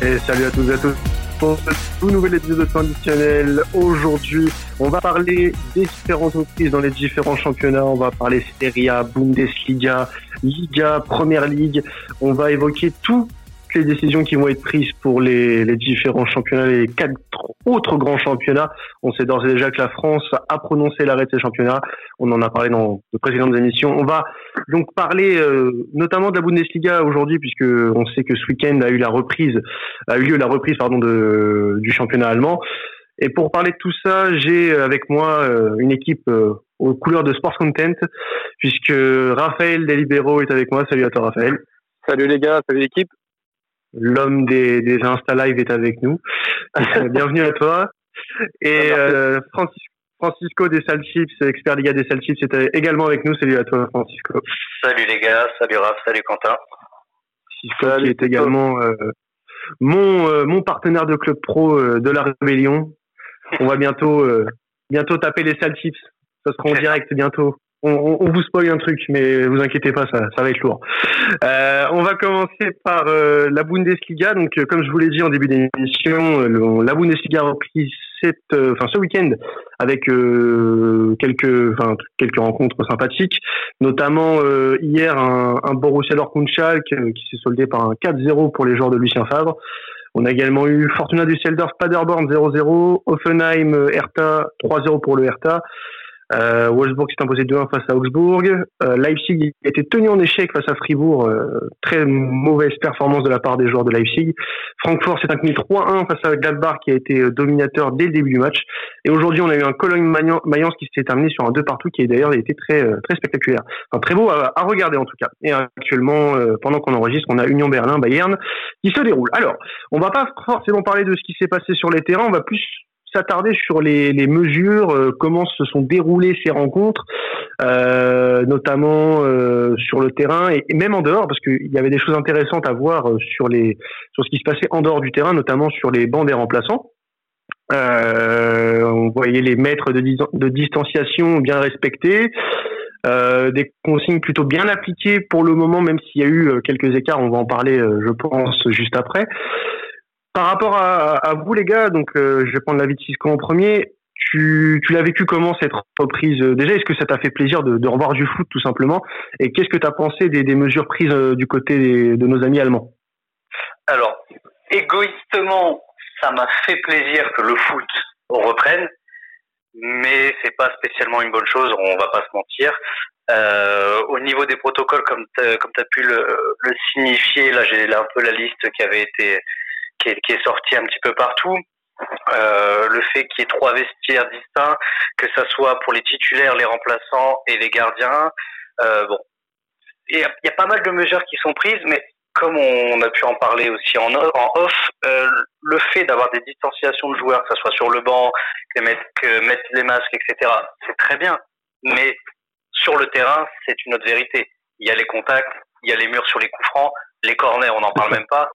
Et salut à tous et à tous pour ce tout nouvel épisode traditionnel. Aujourd'hui, on va parler des différentes reprises dans les différents championnats. On va parler Serie A, Bundesliga, Liga, Première Ligue. On va évoquer toutes les décisions qui vont être prises pour les différents championnats, les 4 autres grands championnats. On sait d'ores et déjà que la France a prononcé l'arrêt de ces championnats. On en a parlé dans de précédentes émissions. On va donc parler notamment de la Bundesliga aujourd'hui, puisque on sait que ce week-end a eu lieu la reprise du championnat allemand. Et pour parler de tout ça, j'ai avec moi une équipe aux couleurs de Sports Content, puisque Raphaël Delibero est avec moi. Salut à toi, Raphaël. Salut les gars, salut l'équipe. L'homme des Insta Live est avec nous. Bienvenue à toi. Et Francisco des Sales Chips, expert Liga des Sales Chips, est également avec nous. Salut à toi, Francisco. Salut les gars, salut Raph, salut Quentin. Francisco qui est également mon partenaire de club pro de la Rébellion. On va bientôt taper les Sales Chips. Ça sera en direct bientôt. On vous spoil un truc, mais vous inquiétez pas, ça va être lourd. On va commencer par la Bundesliga. Donc, comme je vous l'ai dit en début d'émission, la Bundesliga a repris ce week-end avec quelques rencontres sympathiques, notamment hier un Borussia Dortmund-Schalke qui s'est soldé par un 4-0 pour les joueurs de Lucien Favre. On a également eu Fortuna Düsseldorf Paderborn 0-0, Hoffenheim Hertha 3-0 pour le Hertha. Wolfsburg s'est imposé 2-1 face à Augsbourg. Leipzig a été tenu en échec face à Fribourg. Très mauvaise performance de la part des joueurs de Leipzig. Francfort s'est incliné 3-1 face à Gladbach qui a été dominateur dès le début du match. Et aujourd'hui, on a eu un Cologne-Mayence qui s'est terminé sur un 2-2 qui a d'ailleurs été très spectaculaire. Enfin, très beau à regarder en tout cas. Et actuellement, pendant qu'on enregistre, on a Union Berlin-Bayern qui se déroule. Alors, on va pas forcément parler de ce qui s'est passé sur les terrains, on va plus s'attarder sur les mesures, comment se sont déroulées ces rencontres, notamment sur le terrain et même en dehors, parce qu'il y avait des choses intéressantes à voir sur ce qui se passait en dehors du terrain, notamment sur les bancs des remplaçants. On voyait les mètres de distanciation bien respectés, des consignes plutôt bien appliquées pour le moment, même s'il y a eu quelques écarts, on va en parler, je pense, juste après. Par rapport à vous les gars, donc je vais prendre l'avis de Cisco en premier. Tu l'as vécu comment cette reprise? Déjà, est-ce que ça t'a fait plaisir de revoir du foot tout simplement? Et qu'est-ce que tu as pensé des mesures prises du côté de nos amis allemands? Alors, égoïstement, ça m'a fait plaisir que le foot reprenne, mais c'est pas spécialement une bonne chose, on va pas se mentir. Au niveau des protocoles, comme t'as pu le signifier, là j'ai un peu la liste qui est sorti un petit peu partout. Le fait qu'il y ait 3 vestiaires distincts, que ça soit pour les titulaires, les remplaçants et les gardiens. Il y a pas mal de mesures qui sont prises, mais comme on a pu en parler aussi en off, le fait d'avoir des distanciations de joueurs, que ça soit sur le banc, que mettre les masques, etc., c'est très bien. Mais sur le terrain, c'est une autre vérité. Il y a les contacts, il y a les murs sur les coups francs, les corners, on n'en parle même pas.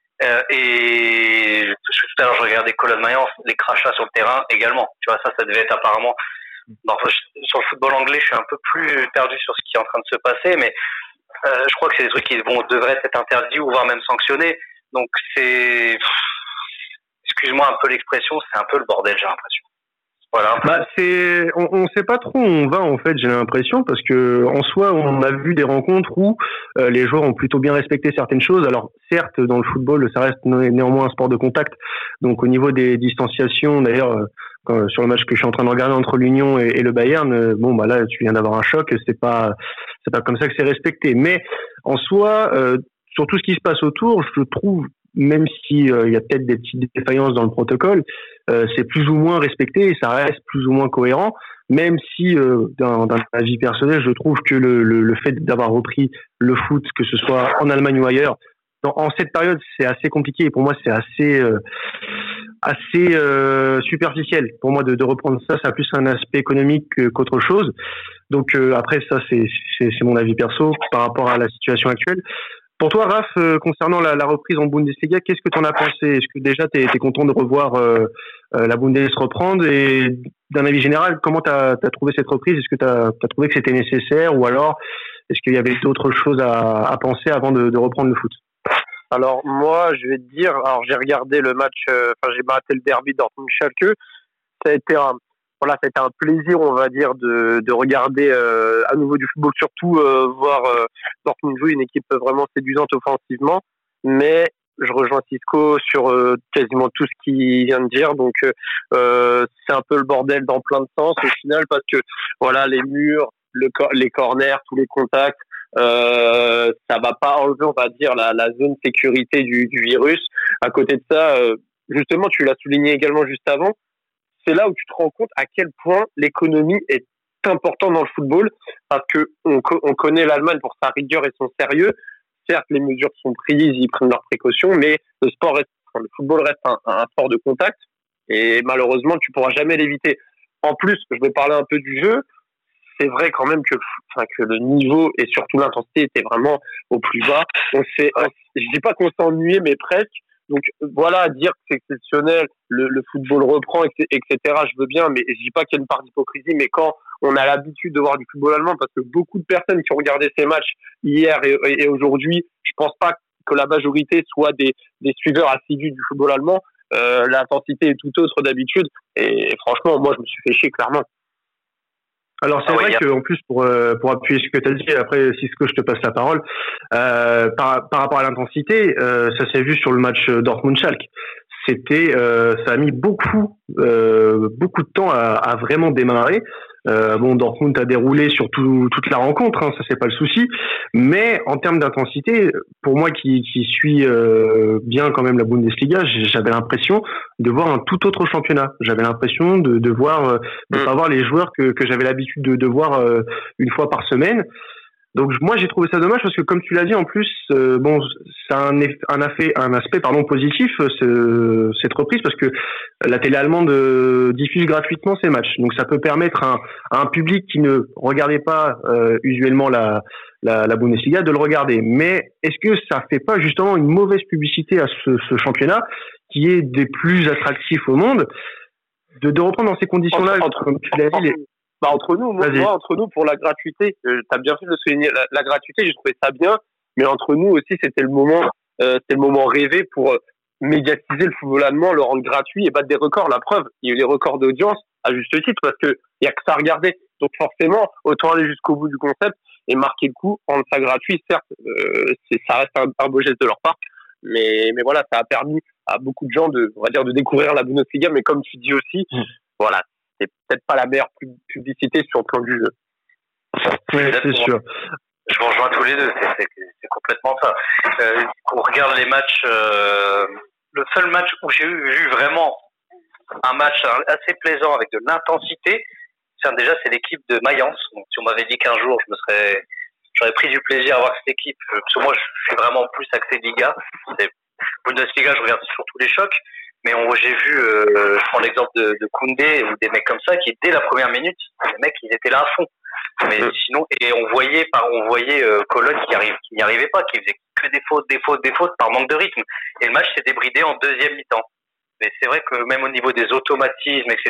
Et tout à l'heure je regardais Cologne-Mayence, les crachats sur le terrain également, tu vois, ça devait être apparemment sur le football anglais. Je suis un peu plus perdu sur ce qui est en train de se passer, mais je crois que c'est des trucs qui devraient être interdits ou voire même sanctionnés. Donc excuse-moi un peu l'expression, c'est un peu le bordel, j'ai l'impression. Voilà. On sait pas trop où on va en fait, j'ai l'impression, parce que en soi on a vu des rencontres où les joueurs ont plutôt bien respecté certaines choses. Alors certes, dans le football ça reste néanmoins un sport de contact, donc au niveau des distanciations, d'ailleurs sur le match que je suis en train de regarder entre l'Union et le Bayern, là tu viens d'avoir un choc, c'est pas comme ça que c'est respecté. Mais en soi, sur tout ce qui se passe autour, je trouve, même si il y a peut-être des petites défaillances dans le protocole, c'est plus ou moins respecté et ça reste plus ou moins cohérent, même si d'un avis personnel, je trouve que le fait d'avoir repris le foot, que ce soit en Allemagne ou ailleurs, en cette période, c'est assez compliqué et pour moi c'est assez superficiel. Pour moi de reprendre ça a plus un aspect économique qu'autre chose. Donc après ça c'est mon avis perso par rapport à la situation actuelle. Pour toi, Raph, concernant la reprise en Bundesliga, qu'est-ce que tu en as pensé? Est-ce que déjà tu es content de revoir la Bundes reprendre? Et d'un avis général, comment tu as trouvé cette reprise? Est-ce que tu as trouvé que c'était nécessaire ou alors est-ce qu'il y avait d'autres choses à penser avant de reprendre le foot? Alors moi, je vais te dire, alors j'ai regardé le match, j'ai maté le derby Dortmund-Schalke. Ça a été ça a été un plaisir, on va dire, de regarder à nouveau du football, surtout voir Dortmund jouer, une équipe vraiment séduisante offensivement. Mais je rejoins Cisco sur quasiment tout ce qu'il vient de dire. Donc c'est un peu le bordel dans plein de sens au final, parce que voilà, les murs, les corners, tous les contacts. Ça va pas enlever, on va dire, la zone sécurité du virus. À côté de ça, justement, tu l'as souligné également juste avant, c'est là où tu te rends compte à quel point l'économie est importante dans le football, parce que on connaît l'Allemagne pour sa rigueur et son sérieux. Certes, les mesures sont prises, ils prennent leurs précautions, mais le football reste un sport de contact, et malheureusement, tu pourras jamais l'éviter. En plus, je vais parler un peu du jeu. C'est vrai quand même que le niveau et surtout l'intensité était vraiment au plus bas. Je dis pas qu'on s'est ennuyé, mais presque. Donc voilà, dire que c'est exceptionnel, le football reprend, etc. Je veux bien, mais je dis pas qu'il y a une part d'hypocrisie, mais quand on a l'habitude de voir du football allemand, parce que beaucoup de personnes qui ont regardé ces matchs hier et aujourd'hui, je pense pas que la majorité soit des suiveurs assidus du football allemand. L'intensité est tout autre d'habitude, et franchement, moi je me suis fait chier clairement. Alors c'est vrai qu'en plus pour appuyer ce que tu as dit, après Cisco je te passe la parole, par rapport à l'intensité, ça s'est vu sur le match Dortmund-Schalke. Ça a mis beaucoup de temps à vraiment démarrer. Dortmund a déroulé sur toute la rencontre, ça c'est pas le souci. Mais en termes d'intensité, pour moi qui suis bien quand même la Bundesliga, j'avais l'impression de voir un tout autre championnat. J'avais l'impression de voir, de pas voir les joueurs que j'avais l'habitude de voir une fois par semaine. Donc moi j'ai trouvé ça dommage parce que comme tu l'as dit en plus, ça a un aspect positif cette reprise, parce que la télé allemande diffuse gratuitement ces matchs. Donc ça peut permettre à un public qui ne regardait pas usuellement la Bundesliga de le regarder. Mais est-ce que ça fait pas justement une mauvaise publicité à ce championnat qui est des plus attractifs au monde de reprendre dans ces conditions-là comme tu l'as dit entre nous, pour la gratuité, t'as bien fait de souligner la gratuité, j'ai trouvé ça bien, mais entre nous aussi, c'était le moment rêvé pour médiatiser le football allemand, le rendre gratuit et battre des records. La preuve, il y a eu les records d'audience, à juste titre, parce que il y a que ça à regarder. Donc forcément, autant aller jusqu'au bout du concept et marquer le coup, rendre ça gratuit. Certes, ça reste un beau geste de leur part, mais voilà, ça a permis à beaucoup de gens de découvrir la Bundesliga, mais comme tu dis aussi, voilà, c'est peut-être pas la meilleure publicité sur le plan du jeu. Oui, c'est sûr. Je vous rejoins tous les deux, c'est complètement ça. On regarde les matchs, le seul match où j'ai vu vraiment un match assez plaisant avec de l'intensité, c'est l'équipe de Mayence. Donc, si on m'avait dit qu'un jour j'aurais pris du plaisir à voir cette équipe, parce que moi je suis vraiment plus axé Liga. Bundesliga, je regarde surtout les chocs. Mais j'ai vu, je prends l'exemple de Koundé ou des mecs comme ça qui, dès la première minute, les mecs, ils étaient là à fond. Mais sinon, et on voyait Cologne qui n'y arrivait pas, qui faisait que des fautes par manque de rythme. Et le match s'est débridé en deuxième mi-temps. Mais c'est vrai que même au niveau des automatismes, etc.,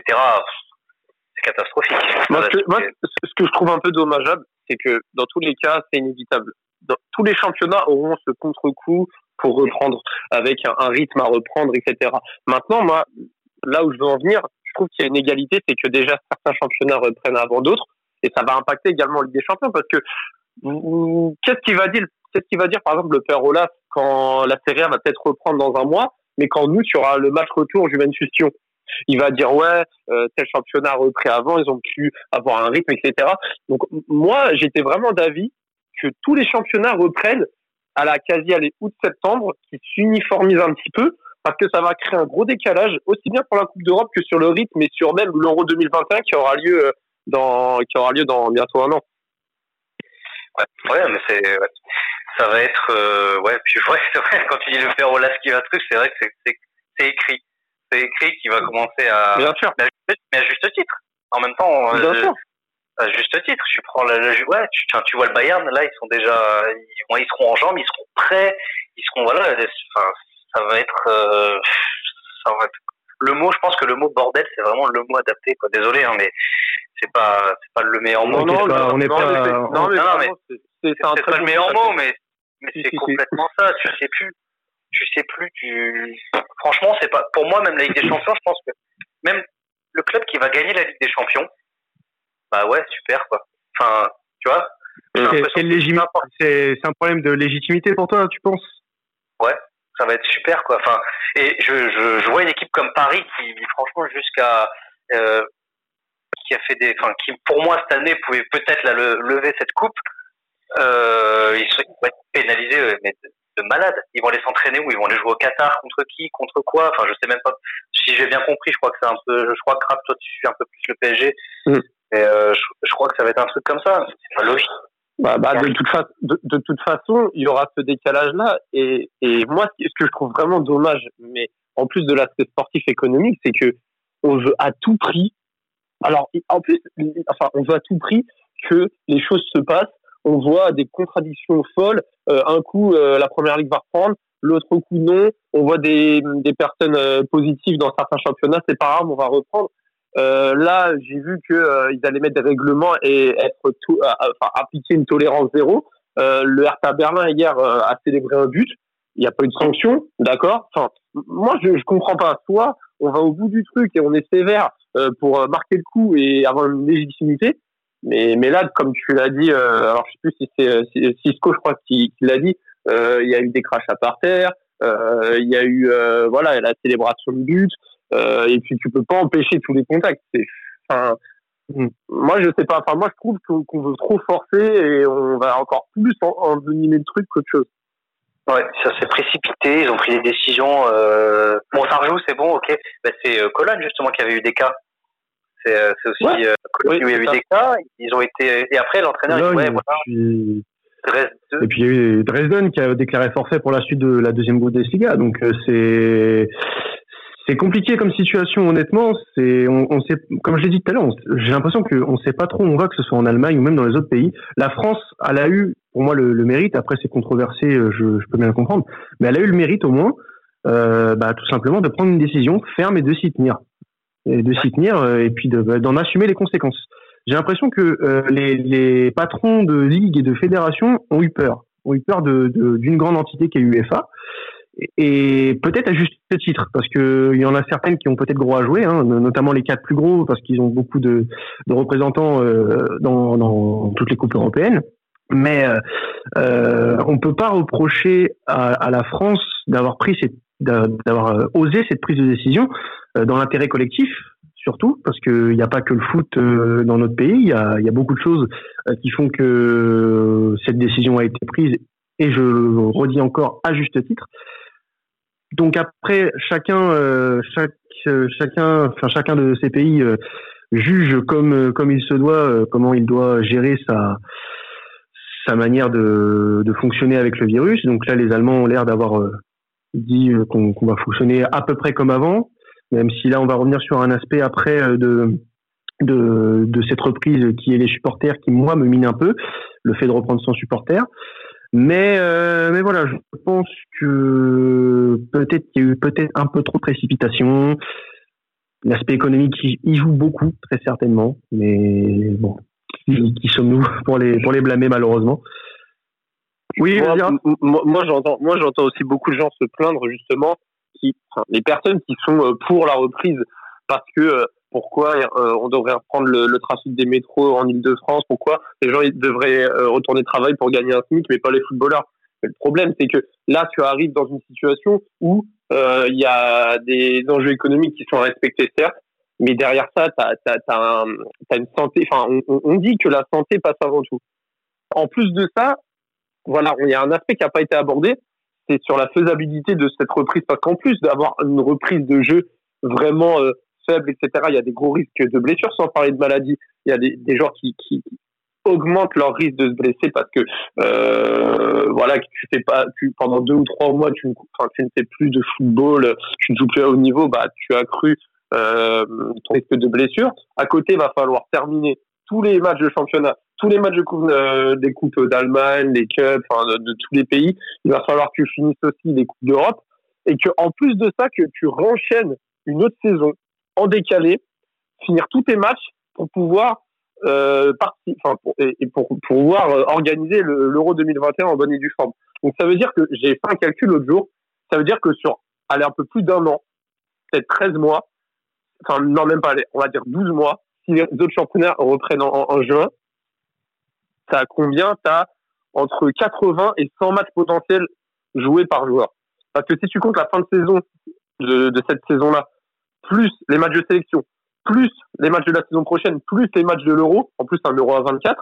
c'est catastrophique. Moi, ce que je trouve un peu dommageable, c'est que dans tous les cas, c'est inévitable. Tous les championnats auront ce contre-coup pour reprendre avec un rythme à reprendre, etc. Maintenant, moi, là où je veux en venir, je trouve qu'il y a une égalité, c'est que déjà certains championnats reprennent avant d'autres, et ça va impacter également Ligue des Champions, parce que qu'est-ce qu'il va dire par exemple le père Olaf quand la Serie A va peut-être reprendre dans un mois, mais qu'en août il y aura le match retour Juventus-Sion. Il va dire tel championnat a repris avant, ils ont pu avoir un rythme, etc. Donc moi j'étais vraiment d'avis que tous les championnats reprennent à la août-septembre, qui s'uniformise un petit peu, parce que ça va créer un gros décalage, aussi bien pour la Coupe d'Europe que sur le rythme, et sur même l'Euro 2021 qui aura lieu dans bientôt un an. Ouais, mais ça va être, puis c'est vrai, quand tu dis le père Olas qui va truc, c'est vrai que c'est écrit. C'est écrit qu'il va commencer à, bien sûr. Mais à juste titre. En même temps, bien sûr. À juste titre, tu prends tu vois le Bayern, là, ils seront en jambes, ils seront prêts, ça va être le mot, je pense que le mot bordel, c'est vraiment le mot adapté, quoi. Désolé, hein, mais c'est pas le meilleur mot. C'est pas le meilleur mot, mais c'est complètement ça, tu sais plus. tu sais plus franchement, c'est pas, pour moi, même la Ligue des Champions, je pense que même le club qui va gagner la Ligue des Champions, bah ouais, super, quoi. Enfin, tu vois. C'est un problème de légitimité pour toi, tu penses? Ouais, ça va être super, quoi. Enfin, et je vois une équipe comme Paris qui, franchement, qui a fait qui pour moi cette année pouvait peut-être lever cette coupe. Ils vont être pénalisés, mais de malade. Ils vont aller s'entraîner où? Ils vont aller jouer au Qatar, contre qui, contre quoi? Enfin, je sais même pas. Si j'ai bien compris, je crois que c'est un peu. Je crois que Crap, toi, tu suis un peu plus le PSG. Et je crois que ça va être un truc comme ça. C'est pas logique. De toute façon, il y aura ce décalage-là. Et moi, ce que je trouve vraiment dommage, mais en plus de l'aspect sportif économique, c'est que on veut à tout prix. Alors, en plus, on veut à tout prix que les choses se passent. On voit des contradictions folles. Un coup, la Première Ligue va reprendre, l'autre coup non. On voit des personnes positives dans certains championnats. C'est pas grave, on va reprendre. Là, j'ai vu que ils allaient mettre des règlements et appliquer une tolérance zéro. Le Hertha Berlin hier a célébré un but. Il n'y a pas eu de sanction, d'accord. Enfin, moi, je comprends pas. Soit on va au bout du truc et on est sévère pour marquer le coup et avoir une légitimité. Mais là, comme tu l'as dit, alors je sais plus si c'est Cisco, je crois, qui l'a dit. Il y a eu des crachats par terre. Il y a eu la célébration du but. Et puis tu peux pas empêcher tous les contacts. Moi je sais pas. Enfin moi je trouve qu'on veut trop forcer et on va encore plus envenimer le truc qu'autre chose. Ouais, ça s'est précipité. Ils ont pris des décisions. Bon, ça rejoue, c'est bon, ok. Bah, c'est Cologne justement qui avait eu des cas. C'est aussi Cologne où il y a eu des cas. Ils ont été et après l'entraîneur il dit et puis il y a eu Dresden qui a déclaré forfait pour la suite de la deuxième Bundesliga. Donc c'est compliqué comme situation, honnêtement. On sait, comme je l'ai dit tout à l'heure, j'ai l'impression qu'on sait pas trop où on va, que ce soit en Allemagne ou même dans les autres pays. La France, elle a eu, pour moi, le mérite. Après, c'est controversé, je peux bien le comprendre, mais elle a eu le mérite au moins, tout simplement, de prendre une décision ferme et de s'y tenir, et puis d'en assumer les conséquences. J'ai l'impression que les patrons de ligue et de fédération ont eu peur d'une grande entité qui est UEFA. Et peut-être à juste titre, parce que il y en a certaines qui ont peut-être gros à jouer, notamment les 4 plus gros, parce qu'ils ont beaucoup de représentants dans toutes les coupes européennes. Mais on peut pas reprocher à la France d'avoir osé cette prise de décision dans l'intérêt collectif, surtout parce que il n'y a pas que le foot dans notre pays. Il y a beaucoup de choses qui font que cette décision a été prise, et je le redis encore à juste titre. Donc après, chacun de ces pays juge comme il se doit, comment il doit gérer sa manière de fonctionner avec le virus. Donc là, les Allemands ont l'air d'avoir dit qu'on va fonctionner à peu près comme avant, même si là, on va revenir sur un aspect après de cette reprise qui est les supporters, qui moi me mine un peu, le fait de reprendre son supporter. Mais voilà, je pense que peut-être qu'il y a eu un peu trop de précipitation. L'aspect économique y joue beaucoup, très certainement. Mais bon, qui sommes-nous pour les blâmer, malheureusement? Oui, moi j'entends aussi beaucoup de gens se plaindre, justement, les personnes qui sont pour la reprise, parce que pourquoi on devrait reprendre le trafic des métros en Île-de-France? Pourquoi les gens devraient retourner travailler pour gagner un SMIC, mais pas les footballeurs? Mais le problème, c'est que là, tu arrives dans une situation où il y a des enjeux économiques qui sont respectés, certes, mais derrière ça, t'as une santé. Enfin, on dit que la santé passe avant tout. En plus de ça, voilà, il y a un aspect qui n'a pas été abordé, c'est sur la faisabilité de cette reprise, parce qu'en plus d'avoir une reprise de jeu vraiment faible, etc., il y a des gros risques de blessures, sans parler de maladies. Il y a des joueurs qui augmentent leur risque de se blesser parce que que pendant 2 ou 3 mois tu ne fais plus de football, tu ne joues plus à haut niveau, tu as accru ton risque de blessure. À côté, il va falloir terminer tous les matchs de championnat, tous les matchs des coupes d'Allemagne, des cups, de tous les pays. Il va falloir que tu finisses aussi les coupes d'Europe, et que en plus de ça, que tu renchaînes une autre saison en décalé, finir tous tes matchs pour pouvoir pouvoir organiser l'Euro 2021 en bonne et due forme. Donc ça veut dire que j'ai fait un calcul l'autre jour, Ça veut dire que sur un peu plus d'un an, peut-être 13 mois, enfin non même pas, on va dire 12 mois, si les autres championnats reprennent en juin, t'as combien? T'as entre 80 et 100 matchs potentiels joués par joueur. Parce que si tu comptes la fin de saison de cette saison-là, plus les matchs de sélection, plus les matchs de la saison prochaine, plus les matchs de l'Euro, en plus un Euro à 24,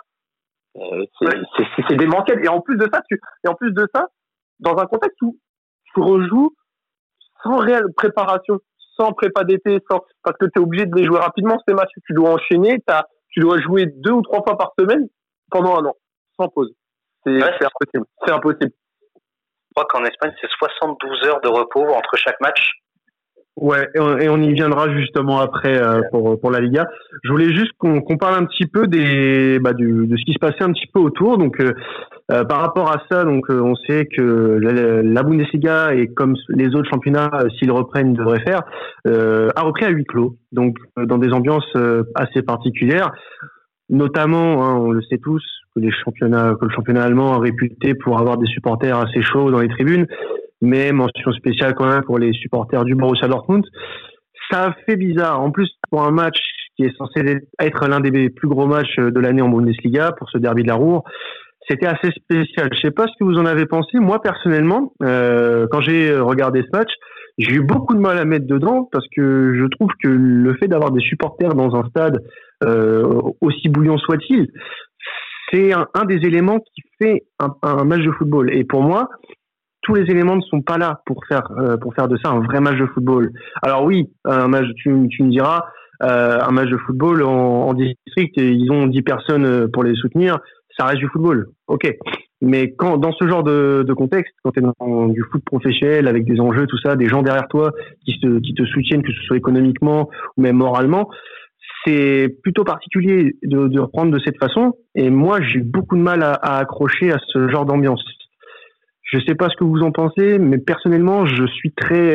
c'est démentiel. Et en plus de ça, dans un contexte où tu rejoues sans réelle préparation, sans prépa d'été, parce que tu es obligé de les jouer rapidement ces matchs, tu dois enchaîner, tu dois jouer 2 ou 3 fois par semaine pendant un an, sans pause. C'est impossible. C'est impossible. Je crois qu'en Espagne, c'est 72 heures de repos entre chaque match. Ouais, et on y viendra justement après pour la Liga. Je voulais juste qu'on parle un petit peu de ce qui se passait un petit peu autour. Donc par rapport à ça, donc on sait que la Bundesliga, et comme les autres championnats, s'ils reprennent, devraient faire, a repris à huis clos. Donc dans des ambiances assez particulières. Notamment, on le sait tous, que le championnat allemand est réputé pour avoir des supporters assez chauds dans les tribunes. Mais mention spéciale quand même pour les supporters du Borussia Dortmund. Ça fait bizarre. En plus, pour un match qui est censé être l'un des plus gros matchs de l'année en Bundesliga, pour ce derby de la Ruhr, c'était assez spécial. Je sais pas ce que vous en avez pensé. Moi, personnellement, quand j'ai regardé ce match, j'ai eu beaucoup de mal à mettre dedans parce que je trouve que le fait d'avoir des supporters dans un stade, aussi bouillant soit-il, c'est un des éléments qui fait un match de football. Et pour moi, tous les éléments ne sont pas là pour faire de ça un vrai match de football. Alors oui, un match, tu me diras, un match de football en district, et ils ont 10 personnes pour les soutenir, ça reste du football. Ok. Mais quand, dans ce genre de contexte, quand tu es dans du foot professionnel avec des enjeux, tout ça, des gens derrière toi qui te soutiennent, que ce soit économiquement ou même moralement, c'est plutôt particulier de reprendre de cette façon. Et moi, j'ai beaucoup de mal à accrocher à ce genre d'ambiance. Je sais pas ce que vous en pensez, mais personnellement, je suis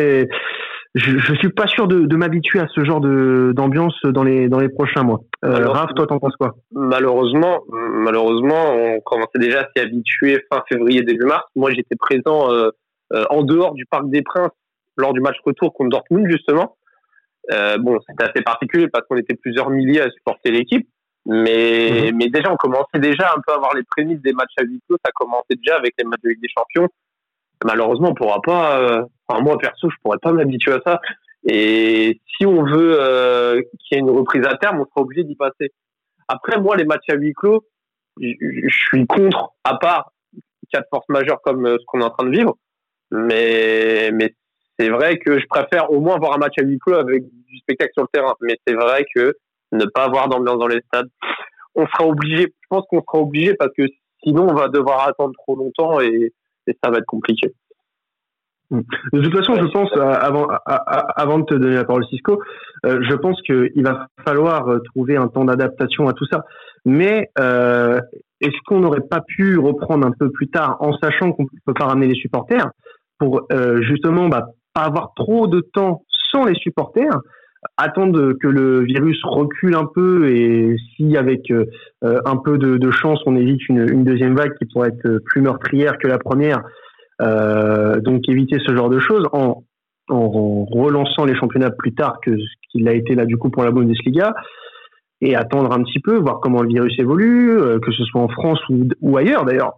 pas sûr de m'habituer à ce genre d'ambiance dans les prochains mois. Raph, toi, t'en penses quoi? Malheureusement, on commençait déjà à s'y habituer fin février, début mars. Moi, j'étais présent en dehors du Parc des Princes lors du match retour contre Dortmund, justement. C'était assez particulier parce qu'on était plusieurs milliers à supporter l'équipe. Mais déjà, on commençait déjà un peu à avoir les prémices des matchs à huis clos. Ça commençait déjà avec les matchs de Ligue des Champions. Malheureusement, on pourra pas. Moi, perso, je pourrais pas m'habituer à ça. Et si on veut qu'il y ait une reprise à terme, on sera obligé d'y passer. Après, moi, les matchs à huis clos, je suis contre, à part cas de force majeure comme ce qu'on est en train de vivre. Mais c'est vrai que je préfère au moins avoir un match à huis clos avec du spectacle sur le terrain. Mais c'est vrai que ne pas avoir d'ambiance dans les stades, je pense qu'on sera obligé parce que sinon on va devoir attendre trop longtemps et ça va être compliqué. De toute façon, je pense, avant de te donner la parole, Cisco, je pense qu'il va falloir trouver un temps d'adaptation à tout ça. Mais est-ce qu'on n'aurait pas pu reprendre un peu plus tard, en sachant qu'on ne peut pas ramener les supporters, pour justement pas avoir trop de temps sans les supporters, attendre que le virus recule un peu, et si avec un peu de chance on évite une deuxième vague qui pourrait être plus meurtrière que la première, donc éviter ce genre de choses en relançant les championnats plus tard que ce qu'il a été là du coup pour la Bundesliga, et attendre un petit peu, voir comment le virus évolue, que ce soit en France ou ailleurs d'ailleurs,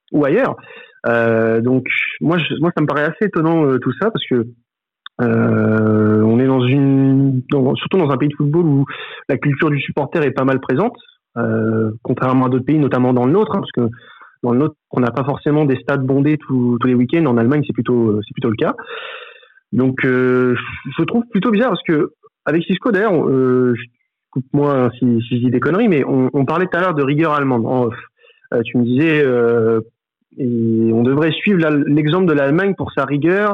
donc moi ça me paraît assez étonnant tout ça, parce que on est surtout dans un pays de football où la culture du supporter est pas mal présente, contrairement à d'autres pays, notamment dans le nôtre, parce que dans le nôtre, on n'a pas forcément des stades bondés tous les week-ends. En Allemagne, c'est plutôt le cas. Donc, je trouve plutôt bizarre, parce que avec Cisco, d'ailleurs, coupe-moi si je dis des conneries, mais on parlait tout à l'heure de rigueur allemande en off. Tu me disais, et on devrait suivre l'exemple de l'Allemagne pour sa rigueur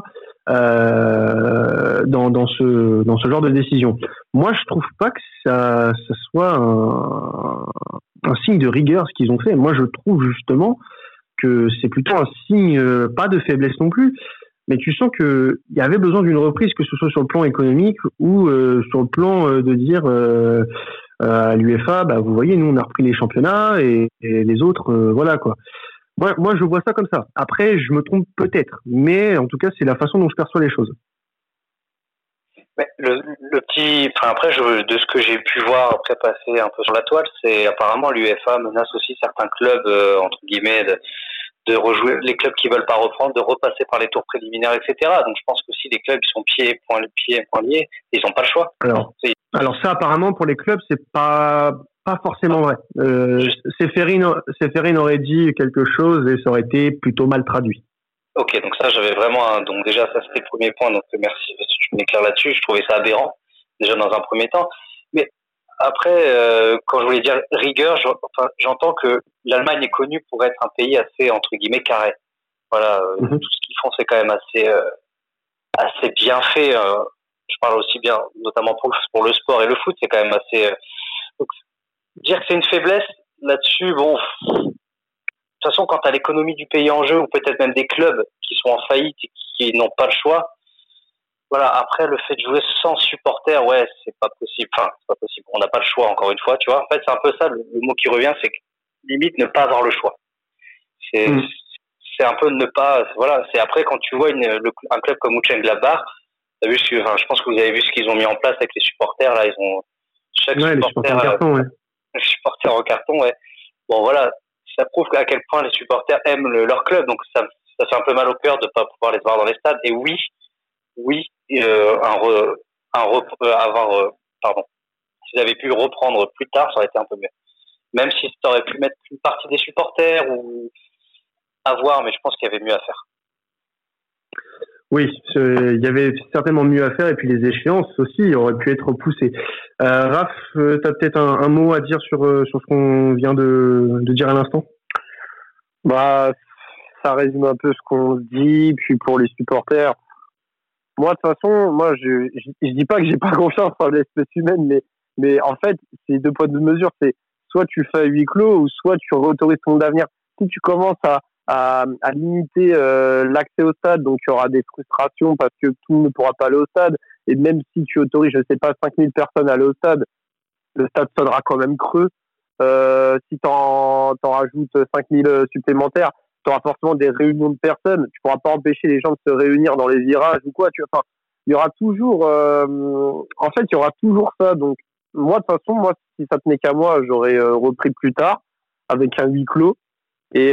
dans ce genre de décision. Moi, je trouve pas que ça soit un signe de rigueur ce qu'ils ont fait. Moi, je trouve justement que c'est plutôt un signe, pas de faiblesse non plus, mais tu sens que il y avait besoin d'une reprise, que ce soit sur le plan économique ou sur le plan de dire à l'UEFA, vous voyez, nous on a repris les championnats et les autres, voilà quoi. Moi, je vois ça comme ça. Après, je me trompe peut-être, mais en tout cas, c'est la façon dont je perçois les choses. Mais le petit, enfin après, de ce que j'ai pu voir après passer un peu sur la toile, c'est apparemment l'UEFA menace aussi certains clubs entre guillemets de rejouer les clubs qui veulent pas reprendre, de repasser par les tours préliminaires, etc. Donc je pense que si les clubs ils sont pieds point liés, ils ont pas le choix. Alors ça, apparemment, pour les clubs, c'est pas forcément vrai. Séphérine aurait dit quelque chose et ça aurait été plutôt mal traduit. Ok, donc ça j'avais vraiment donc déjà ça c'était le premier point, donc merci parce que tu m'éclaires là-dessus. Je trouvais ça aberrant déjà dans un premier temps, mais après quand je voulais dire rigueur, j'entends que l'Allemagne est connue pour être un pays assez entre guillemets carré. Voilà, tout ce qu'ils font c'est quand même assez bien fait. Je parle aussi bien notamment pour le sport et le foot, c'est quand même assez. Donc, dire que c'est une faiblesse là-dessus, bon. De toute façon, quand tu as l'économie du pays en jeu, ou peut-être même des clubs qui sont en faillite et qui n'ont pas le choix, voilà, après, le fait de jouer sans supporters, ouais, c'est pas possible. Enfin, c'est pas possible. On n'a pas le choix, encore une fois, tu vois. En fait, c'est un peu ça, le mot qui revient, c'est que limite ne pas avoir le choix. C'est un peu ne pas, voilà, c'est après quand tu vois un club comme Mönchengladbach, t'as vu je pense que vous avez vu ce qu'ils ont mis en place avec les supporters, là, ils ont, chaque supporter, les supporters en carton, ouais. Bon, voilà. Ça prouve à quel point les supporters aiment leur club, donc ça fait un peu mal au cœur de pas pouvoir les voir dans les stades. Et s'ils avaient pu reprendre plus tard, ça aurait été un peu mieux. Même si ça aurait pu mettre une partie des supporters ou à voir, mais je pense qu'il y avait mieux à faire. Oui, il y avait certainement mieux à faire et puis les échéances aussi auraient pu être poussées. Raph, tu as peut-être un mot à dire sur ce qu'on vient de dire à l'instant? Bah, ça résume un peu ce qu'on dit. Puis pour les supporters, moi de toute façon, je dis pas que j'ai pas confiance en l'espèce humaine, mais en fait, c'est deux poids deux mesures. C'est soit tu fais à huis clos ou soit tu autorises ton avenir. Si tu commences à limiter l'accès au stade, donc il y aura des frustrations parce que tout le monde ne pourra pas aller au stade. Et même si tu autorises, je sais pas, 5000 personnes à aller au stade, le stade sonnera quand même creux. Si t'en rajoutes 5000 supplémentaires, tu auras forcément des réunions de personnes. Tu pourras pas empêcher les gens de se réunir dans les virages ou quoi. Enfin, il y aura toujours, en fait, il y aura toujours ça. Donc, moi, de toute façon, si ça tenait qu'à moi, j'aurais repris plus tard avec un huis clos et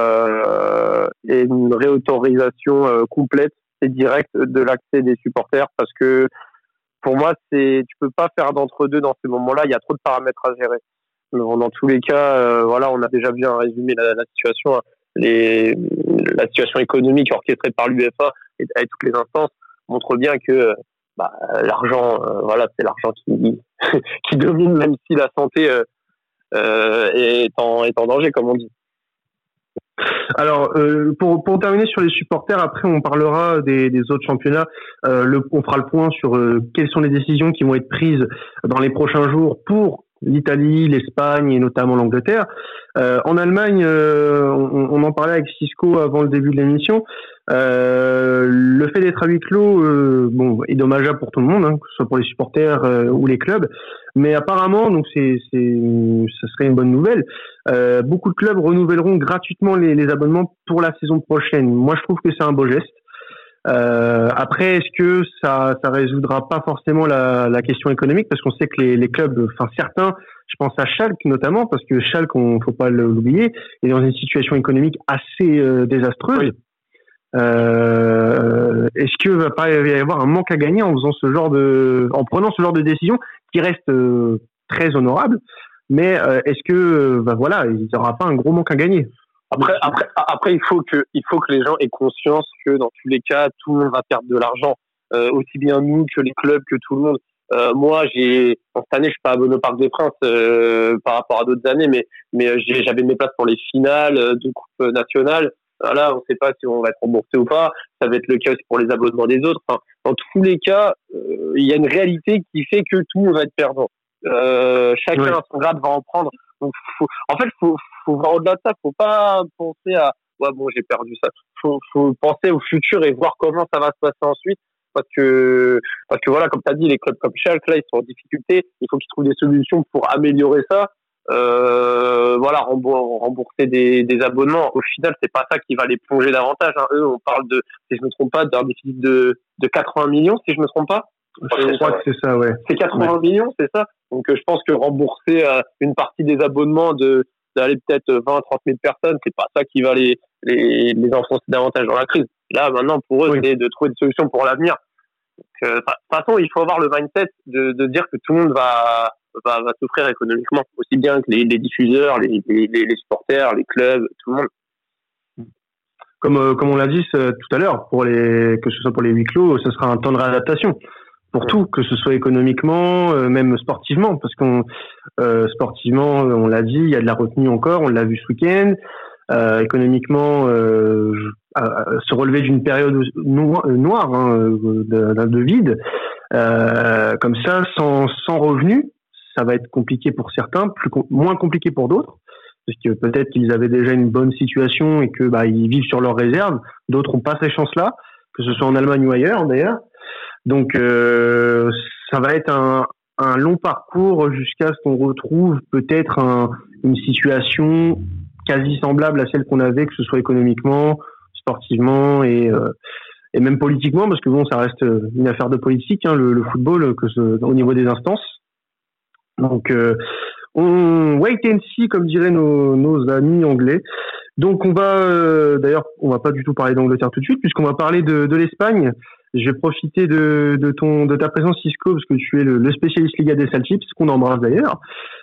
une réautorisation complète et directe de l'accès des supporters parce que pour moi, tu peux pas faire d'entre-deux dans ces moments-là. Il y a trop de paramètres à gérer. Dans tous les cas, voilà, on a déjà bien résumé la situation. La situation économique orchestrée par l'UEFA et toutes les instances montre bien que l'argent, voilà, c'est l'argent qui domine, même si la santé est en danger, comme on dit. Alors, pour terminer sur les supporters, après on parlera des autres championnats. On fera le point sur quelles sont les décisions qui vont être prises dans les prochains jours pour l'Italie, l'Espagne et notamment l'Angleterre. En Allemagne, on en parlait avec Cisco avant le début de l'émission. Le fait d'être à huis clos, est dommageable pour tout le monde, hein, que ce soit pour les supporters ou les clubs. Mais apparemment, donc ce serait une bonne nouvelle. Beaucoup de clubs renouvelleront gratuitement les abonnements pour la saison prochaine. Moi, je trouve que c'est un beau geste. Après, est-ce que ça résoudra pas forcément la question économique, parce qu'on sait que les clubs, enfin certains, je pense à Schalke notamment, parce que Schalke, faut pas l'oublier, est dans une situation économique assez désastreuse. Oui. Est-ce que va pas y avoir un manque à gagner en prenant ce genre de décision qui reste très honorable, mais est-ce que il n'y aura pas un gros manque à gagner? Après, il faut que les gens aient conscience que dans tous les cas, tout le monde va perdre de l'argent, aussi bien nous que les clubs, que tout le monde. Moi, cette année, je suis pas abonné au Parc des Princes par rapport à d'autres années, mais j'avais mes places pour les finales de Coupe nationale. Voilà, on ne sait pas si on va être remboursé ou pas. Ça va être le cas aussi pour les abonnements des autres. Enfin, dans tous les cas, il y a une réalité qui fait que tout le monde va être perdant. Chacun à son grade va en prendre. Donc, faut voir au-delà de ça. Faut pas penser à j'ai perdu ça. Faut penser au futur et voir comment ça va se passer ensuite. Parce que voilà, comme tu as dit, les clubs comme Schalke, là, ils sont en difficulté. Il faut qu'ils trouvent des solutions pour améliorer ça. voilà, rembourser des abonnements. Au final, c'est pas ça qui va les plonger davantage. Hein. Eux, on parle si je me trompe pas, d'un déficit de 80 millions, si je me trompe pas. Je crois que c'est ça, ouais. C'est 80 millions, c'est ça. Donc, je pense que rembourser une partie des abonnements d'aller peut-être 20, 30 000 personnes, c'est pas ça qui va les enfoncer davantage dans la crise. Là, maintenant, pour eux, c'est de trouver des solutions pour l'avenir. De toute façon, il faut avoir le mindset de dire que tout le monde va souffrir économiquement, aussi bien que les diffuseurs, les supporters, les clubs, tout le monde. Comme on l'a dit tout à l'heure, que ce soit pour les huis clos, ce sera un temps de réadaptation. Pour tout, que ce soit économiquement, même sportivement, parce sportivement, on l'a dit, il y a de la retenue encore, on l'a vu ce week-end. Économiquement, se relever d'une période noire, de vide, comme ça, sans revenus, ça va être compliqué pour certains, moins compliqué pour d'autres, parce que peut-être qu'ils avaient déjà une bonne situation et que ils vivent sur leurs réserves. D'autres n'ont pas ces chances-là, que ce soit en Allemagne ou ailleurs d'ailleurs. Donc ça va être un long parcours jusqu'à ce qu'on retrouve peut-être une situation quasi semblable à celle qu'on avait, que ce soit économiquement, sportivement et même politiquement, parce que bon, ça reste une affaire de politique, hein, le football, au niveau des instances. Donc on wait and see, comme diraient nos amis anglais. Donc on va d'ailleurs, on va pas du tout parler d'Angleterre tout de suite, puisqu'on va parler de l'Espagne. Je vais profiter de ta présence, Cisco, parce que tu es le spécialiste Liga des Salchips, qu'on embrasse d'ailleurs,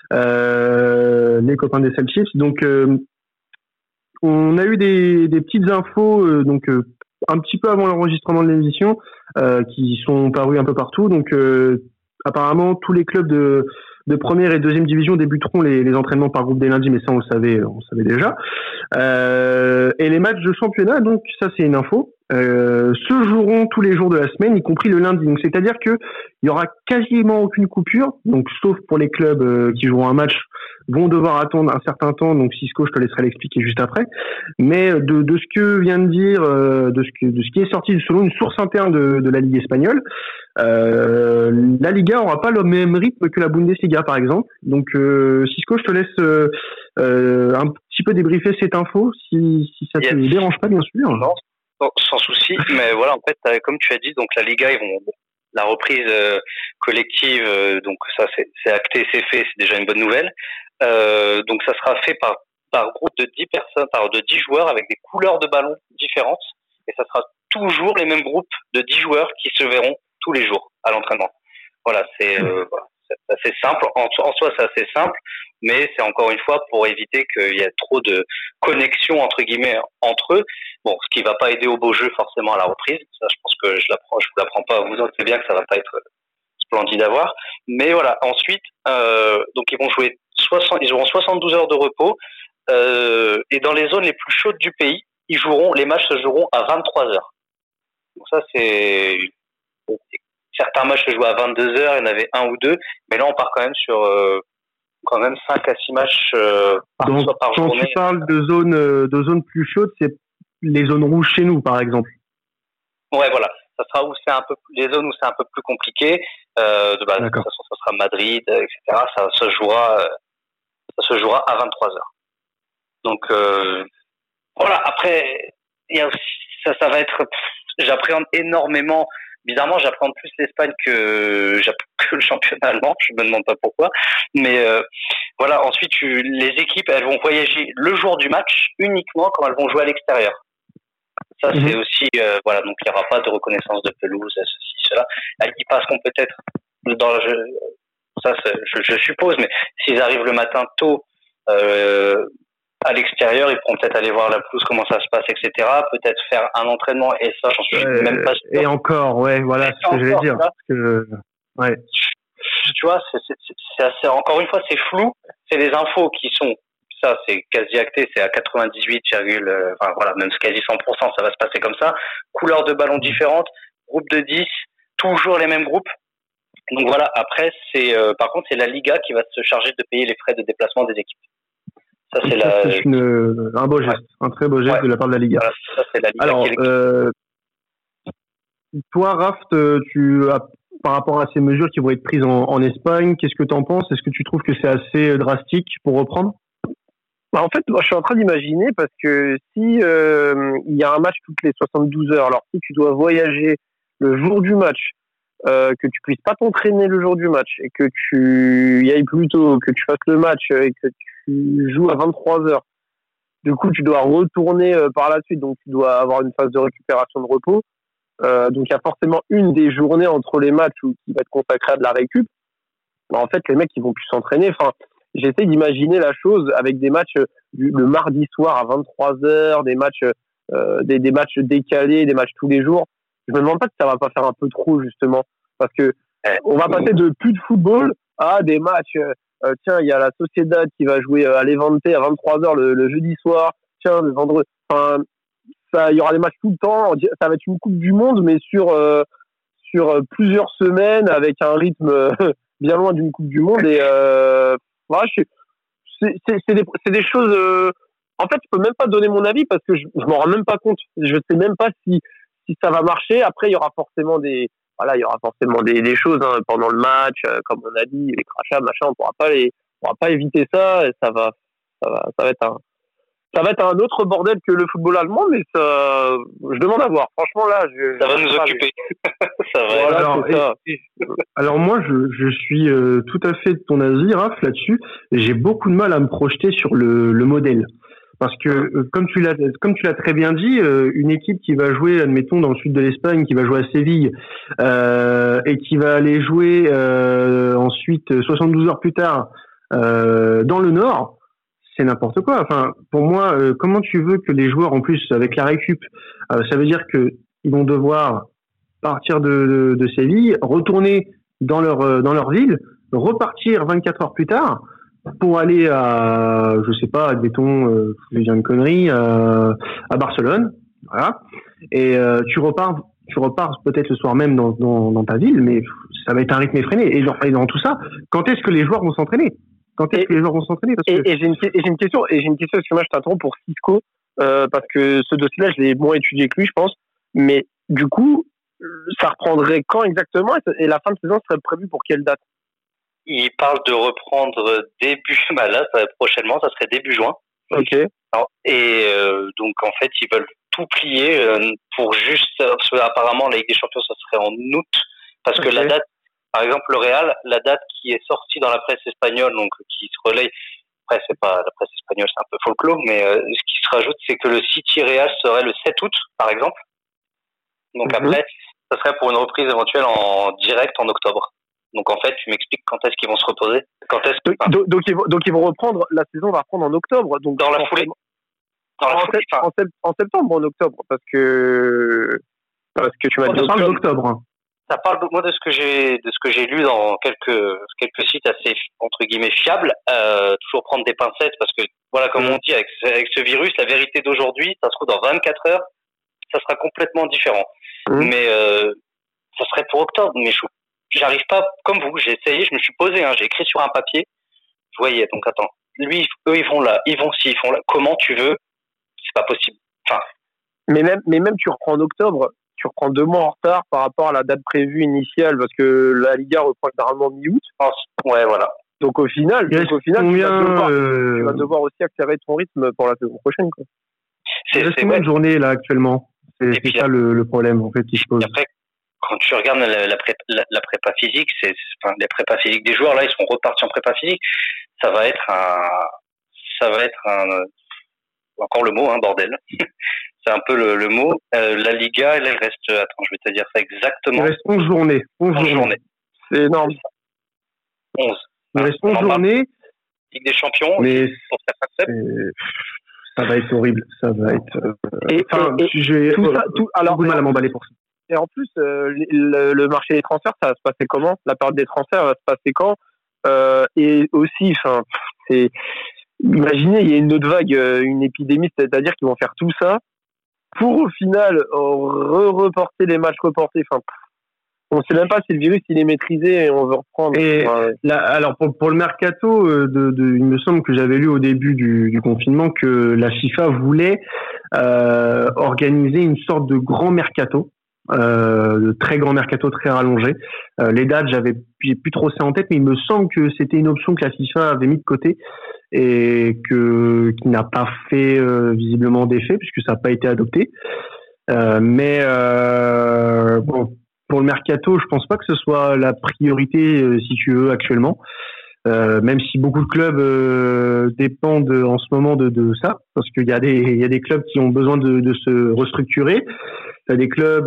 les copains des Salchips. Donc on a eu des petites infos, un petit peu avant l'enregistrement de l'émission, qui sont parues un peu partout. Donc apparemment tous les clubs de première et deuxième division débuteront les entraînements par groupe dès lundi, mais ça on le savait déjà. Et les matchs de championnat, donc ça c'est une info, se joueront tous les jours de la semaine, y compris le lundi. Donc c'est-à-dire que il y aura quasiment aucune coupure, donc sauf pour les clubs qui joueront un match, vont devoir attendre un certain temps. Donc Cisco, je te laisserai l'expliquer juste après. Mais de ce que vient de dire, de ce qui est sorti selon une source interne de la Ligue espagnole, la Liga aura pas le même rythme que la Bundesliga par exemple. Donc Cisco, je te laisse un petit peu débriefer cette info, si ça te dérange pas, bien sûr. Non, sans souci. Mais voilà, en fait, comme tu as dit, donc la Liga, la reprise collective, donc ça c'est acté, c'est fait, c'est déjà une bonne nouvelle. Donc ça sera fait par groupe de 10 personnes, de 10 joueurs avec des couleurs de ballon différentes, et ça sera toujours les mêmes groupes de 10 joueurs qui se verront tous les jours à l'entraînement. Voilà, c'est assez simple. En soi, c'est assez simple, mais c'est encore une fois pour éviter qu'il y ait trop de connexions entre guillemets entre eux. Bon, ce qui va pas aider au beau jeu forcément à la reprise. Ça, je pense que je vous l'apprends pas. Vous savez bien que ça va pas être splendide à voir. Mais voilà. Ensuite, donc ils auront 72 heures de repos, et dans les zones les plus chaudes du pays, les matchs se joueront à 23 heures. Donc ça, certains matchs se jouent à 22 heures, il y en avait un ou deux, mais là on part quand même sur quand même 5 à 6 matchs par journée. Quand tu parles de zones plus chaudes, c'est les zones rouges chez nous, par exemple. Ouais, voilà. Ça sera les zones où c'est un peu plus compliqué. De toute façon, ça sera Madrid, etc. Ça se jouera à 23 heures. Donc voilà. Après, il y a aussi ça va être. J'appréhende énormément. Bizarrement, j'appréhende plus l'Espagne que le championnat allemand. Je me demande pas pourquoi. Mais voilà. Ensuite, les équipes, elles vont voyager le jour du match uniquement quand elles vont jouer à l'extérieur. Ça, c'est aussi voilà. Donc, il n'y aura pas de reconnaissance de pelouse, ceci, cela. Ils passeront peut-être je suppose, mais s'ils arrivent le matin tôt à l'extérieur, ils pourront peut-être aller voir la pelouse, comment ça se passe, etc. Peut-être faire un entraînement, et ça, j'en suis même pas sûr. Et encore, ouais, voilà, c'est ce que j'allais dire. Ouais. Tu vois, c'est assez, encore une fois, c'est flou. C'est des infos qui sont, ça, c'est quasi acté, c'est à 98, enfin voilà, même quasi 100%, ça va se passer comme ça. Couleurs de ballons différentes, groupe de 10, toujours les mêmes groupes. Donc voilà, après, par contre, c'est la Liga qui va se charger de payer les frais de déplacement des équipes. Ça, c'est un beau geste, un très beau geste de la part de la Liga. Voilà, ça, c'est la Liga. Alors, toi, Raft, par rapport à ces mesures qui vont être prises en Espagne. Qu'est-ce que tu en penses? Est-ce que tu trouves que c'est assez drastique pour reprendre? En fait, moi, je suis en train d'imaginer parce que si il y a un match toutes les 72 heures, alors si tu dois voyager le jour du match, que tu puisses pas t'entraîner le jour du match et que tu y ailles plus tôt, que tu fasses le match et que tu joues à 23 heures, du coup, tu dois retourner par la suite, donc tu dois avoir une phase de récupération de repos. Donc il y a forcément une des journées entre les matchs qui va être consacrée à de la récup. En fait, les mecs ils vont plus s'entraîner. Enfin, j'essaie d'imaginer la chose avec des matchs le mardi soir à 23h, des matchs des matchs décalés, des matchs tous les jours. Je me demande pas si ça va pas faire un peu trop justement, parce que on va passer de plus de football à des matchs. Tiens, il y a la Sociedad qui va jouer à Levante à 23h le jeudi soir. Tiens, le vendredi. Enfin, il y aura des matchs tout le temps. Ça va être une Coupe du Monde, mais sur plusieurs semaines avec un rythme bien loin d'une Coupe du Monde. Et voilà, c'est des choses. En fait, je peux même pas donner mon avis parce que je m'en rends même pas compte. Je sais même pas si ça va marcher. Après, il y aura forcément des choses pendant le match, comme on a dit, les crachats, machin. On pourra pas éviter ça. Et ça va être un autre bordel que le football allemand, mais ça, je demande à voir. Franchement, là, ça va nous occuper. Ça va. Voilà, alors moi, je suis tout à fait de ton avis, Raph, là-dessus. J'ai beaucoup de mal à me projeter sur le modèle. Parce que, comme tu l'as très bien dit, une équipe qui va jouer, admettons, dans le sud de l'Espagne, qui va jouer à Séville, et qui va aller jouer ensuite 72 heures plus tard dans le nord, c'est n'importe quoi. Enfin, pour moi, comment tu veux que les joueurs, en plus, avec la récup, ça veut dire que ils vont devoir partir de Séville, retourner dans leur ville, repartir 24 heures plus tard pour aller à, je sais pas, admettons, je vais dire une connerie, à Barcelone, voilà. Et tu repars peut-être le soir même dans ta ville, mais ça va être un rythme effréné. Et dans tout ça, quand est-ce que les joueurs vont s'entraîner? Et j'ai une question, excuse-moi, je t'interromps pour Cisco, parce que ce dossier-là, je l'ai moins étudié que lui, je pense. Mais du coup, ça reprendrait quand exactement et la fin de saison serait prévue pour quelle date? Il parle de reprendre là, prochainement, ça serait début juin. Ok. Alors, et donc, en fait, ils veulent tout plier pour juste, parce que apparemment, la Ligue des Champions, ça serait en août, parce que la date, par exemple, le Real, la date qui est sortie dans la presse espagnole, donc qui se relaye, après c'est pas la presse espagnole, c'est un peu folklore, mais ce qui se rajoute, c'est que le City Real serait le 7 août, par exemple. Donc après, ça serait pour une reprise éventuelle en direct en octobre. Donc en fait, tu m'expliques quand est-ce qu'ils vont se reposer, donc ils vont reprendre, la saison va reprendre en octobre, donc dans la foulée. En septembre ou en octobre, parce que tu m'as dit octobre. Ça parle moi de ce que j'ai lu dans quelques sites assez entre guillemets fiables. Toujours prendre des pincettes parce que voilà, comme on dit, avec ce virus, la vérité d'aujourd'hui, ça se trouve dans 24 heures, ça sera complètement différent. Mais ça serait pour octobre. Mais j'arrive pas comme vous. J'ai essayé, je me suis posé, j'ai écrit sur un papier. Je voyais. Donc attends, eux ils vont là, ils vont là. Comment tu veux? C'est pas possible. Enfin. Mais même tu reprends en octobre. Tu reprends 2 mois en retard par rapport à la date prévue initiale parce que la Liga reprend généralement mi-août. Ouais, voilà. Donc au final, tu vas devoir aussi accélérer ton rythme pour la saison prochaine, quoi. C'est combien de journées là actuellement? C'est ça le problème en fait qui se pose. Après, quand tu regardes la prépa physique, les prépas physiques des joueurs là, ils sont repartis en prépa physique. Ça va être un encore le mot, bordel. C'est un peu le mot. La Liga, là, il reste, attends, je vais te dire ça exactement. Il reste 11 journées. 11 journées. C'est énorme. 11. Il reste 11 journées. Ligue des Champions. Mais ça va être horrible. Ça va être. J'ai beaucoup de mal à m'emballer pour ça. Et en plus, le marché des transferts, ça va se passer comment? La période des transferts va se passer quand? Et aussi, imaginez, il y a une autre vague, une épidémie, c'est-à-dire qu'ils vont faire tout ça pour au final reporter les matchs reportés. Enfin, on ne sait même pas si le virus il est maîtrisé et on veut reprendre. Et alors pour le mercato, il me semble que j'avais lu au début du confinement que la FIFA voulait organiser une sorte de grand mercato de très grand mercato très rallongé. Les dates, j'ai plus trop ça en tête, mais il me semble que c'était une option que la FIFA avait mis de côté et qui n'a pas fait visiblement d'effet puisque ça n'a pas été adopté. Mais bon, pour le mercato, je pense pas que ce soit la priorité si tu veux actuellement. Même si beaucoup de clubs dépendent en ce moment de ça, parce qu'il y a des clubs qui ont besoin de se restructurer. T'as des clubs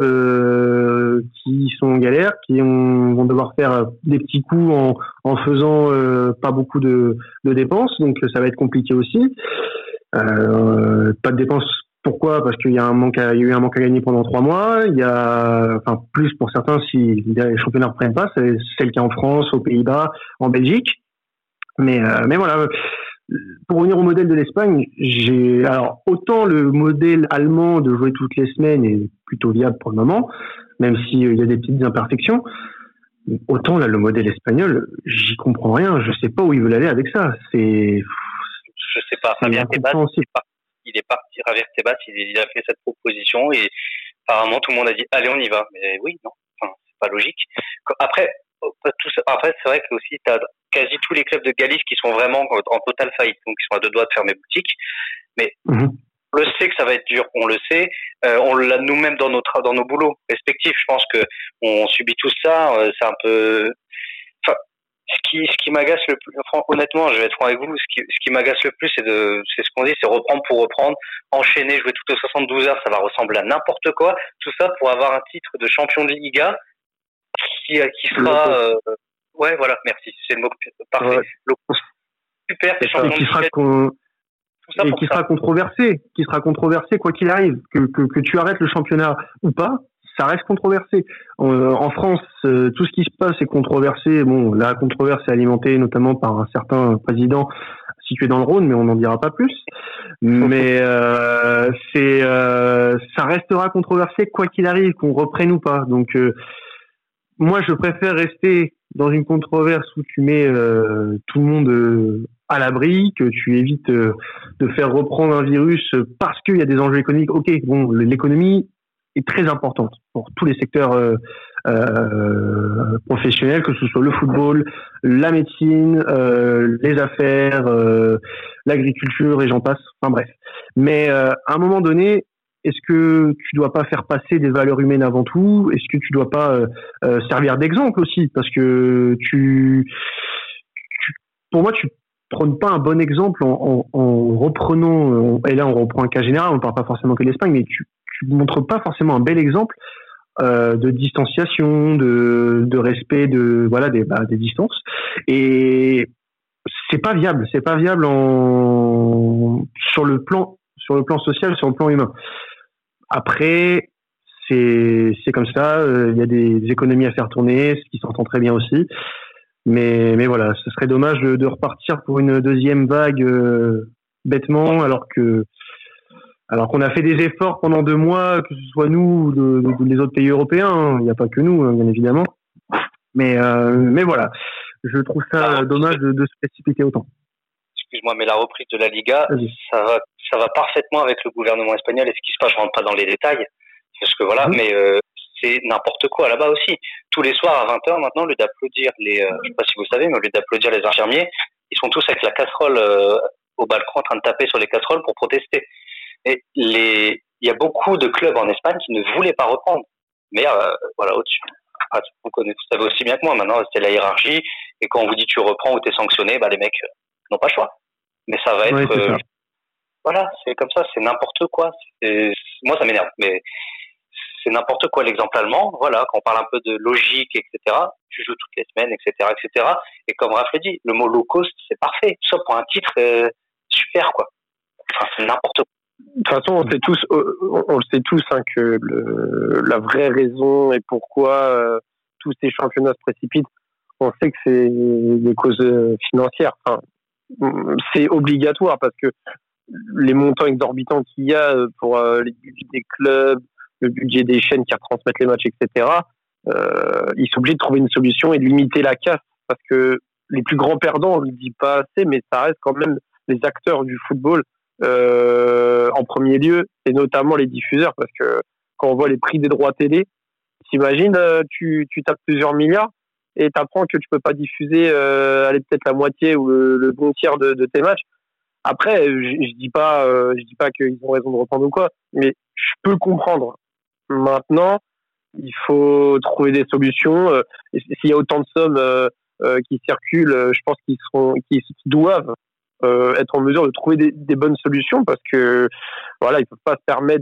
qui sont en galère, vont devoir faire des petits coups en faisant pas beaucoup de dépenses, donc ça va être compliqué aussi. Pas de dépenses. Pourquoi ? Parce qu'il y a il y a eu un manque à gagner pendant 3 mois. Il y a, enfin, plus pour certains si les championnats ne reprennent pas. C'est le cas en France, aux Pays-Bas, en Belgique. Mais voilà. Pour revenir au modèle de l'Espagne, alors autant le modèle allemand de jouer toutes les semaines est plutôt viable pour le moment, même s'il y a des petites imperfections. Autant là, le modèle espagnol, j'y comprends rien. Je sais pas où ils veulent aller avec ça. Je sais pas. Javier Tebas, il est parti. Javier Tebas, il a fait cette proposition et apparemment tout le monde a dit allez, on y va. Mais oui, non, enfin, c'est pas logique. Après, c'est vrai que aussi t'as quasi tous les clubs de Galice qui sont vraiment en totale faillite, donc ils sont à 2 doigts de fermer boutique. Mais on le sait que ça va être dur, on le sait. On l'a nous-mêmes dans nos boulots respectifs. Je pense que on subit tout ça. C'est un peu. Enfin, ce qui m'agace le plus, honnêtement, je vais être franc avec vous. Ce qui m'agace le plus, c'est ce qu'on dit, c'est reprendre pour reprendre, enchaîner, jouer toutes les 72 heures. Ça va ressembler à n'importe quoi. Tout ça pour avoir un titre de champion de Liga qui sera. Ouais, voilà, merci. C'est le mot parfait. Ouais. Super, c'est champion de Liga. Et qui sera controversé quoi qu'il arrive, que tu arrêtes le championnat ou pas, ça reste controversé. En France, tout ce qui se passe est controversé. Bon, la controverse est alimentée notamment par un certain président situé dans le Rhône, mais on n'en dira pas plus. Mais ça restera controversé quoi qu'il arrive, qu'on reprenne ou pas. Donc moi, je préfère rester dans une controverse où tu mets tout le monde à l'abri, que tu évites de faire reprendre un virus parce qu'il y a des enjeux économiques. Ok, bon, l'économie est très importante pour tous les secteurs professionnels, que ce soit le football, la médecine, les affaires, l'agriculture et j'en passe. Enfin bref. Mais à un moment donné, est-ce que tu dois pas faire passer des valeurs humaines avant tout ? Est-ce que tu dois pas servir d'exemple aussi ? Parce que pour moi, tu prônes pas un bon exemple en reprenant, et là on reprend un cas général, on ne parle pas forcément que de l'Espagne, mais tu montres pas forcément un bel exemple de distanciation, de respect des distances. Et c'est pas viable sur le plan social, sur le plan humain. Après, c'est comme ça. Il y a des économies à faire tourner, ce qui s'entend très bien aussi. Mais voilà, ce serait dommage de repartir pour une deuxième vague bêtement, alors qu'on a fait des efforts pendant 2 mois, que ce soit nous ou les autres pays européens. Il n'y a pas que nous, bien évidemment. Mais voilà, je trouve ça dommage de se précipiter autant. Excuse-moi, mais la reprise de la Liga, ça va parfaitement avec le gouvernement espagnol et ce qui se passe. Je rentre pas dans les détails, parce que voilà, mais c'est n'importe quoi là-bas aussi. Tous les soirs à 20h maintenant, au lieu d'applaudir je sais pas si vous savez, mais au lieu d'applaudir les infirmiers, ils sont tous avec la casserole au balcon en train de taper sur les casseroles pour protester. Et il y a beaucoup de clubs en Espagne qui ne voulaient pas reprendre. Mais voilà, au-dessus. Vous savez aussi bien que moi, maintenant, c'est la hiérarchie. Et quand on vous dit tu reprends ou t'es sanctionné, les mecs n'ont pas le choix. Mais ça va être... voilà, c'est comme ça, c'est n'importe quoi. Moi, ça m'énerve, mais c'est n'importe quoi l'exemple allemand. Voilà, quand on parle un peu de logique, etc., tu joues toutes les semaines, etc., etc. Et comme Raph le dit, le mot low cost, c'est parfait. Sauf pour un titre super, quoi. Enfin, c'est n'importe quoi. De toute façon, on le sait tous que la vraie raison et pourquoi tous ces championnats se précipitent, on sait que c'est des causes financières. Enfin, c'est obligatoire parce que les montants exorbitants qu'il y a pour les budgets des clubs, le budget des chaînes qui retransmettent les matchs, etc., ils sont obligés de trouver une solution et de limiter la casse parce que les plus grands perdants, on ne le dit pas assez, mais ça reste quand même les acteurs du football en premier lieu, et notamment les diffuseurs, parce que quand on voit les prix des droits télé, t'imagines, tu tapes plusieurs milliards et t'apprends que tu peux pas diffuser, aller peut-être la moitié ou le bon tiers de tes matchs. Après, je dis pas qu'ils ont raison de reprendre ou quoi, mais je peux comprendre. Maintenant, il faut trouver des solutions. S'il y a autant de sommes qui circulent, je pense qu'ils doivent être en mesure de trouver des bonnes solutions parce que voilà, ils peuvent pas se permettre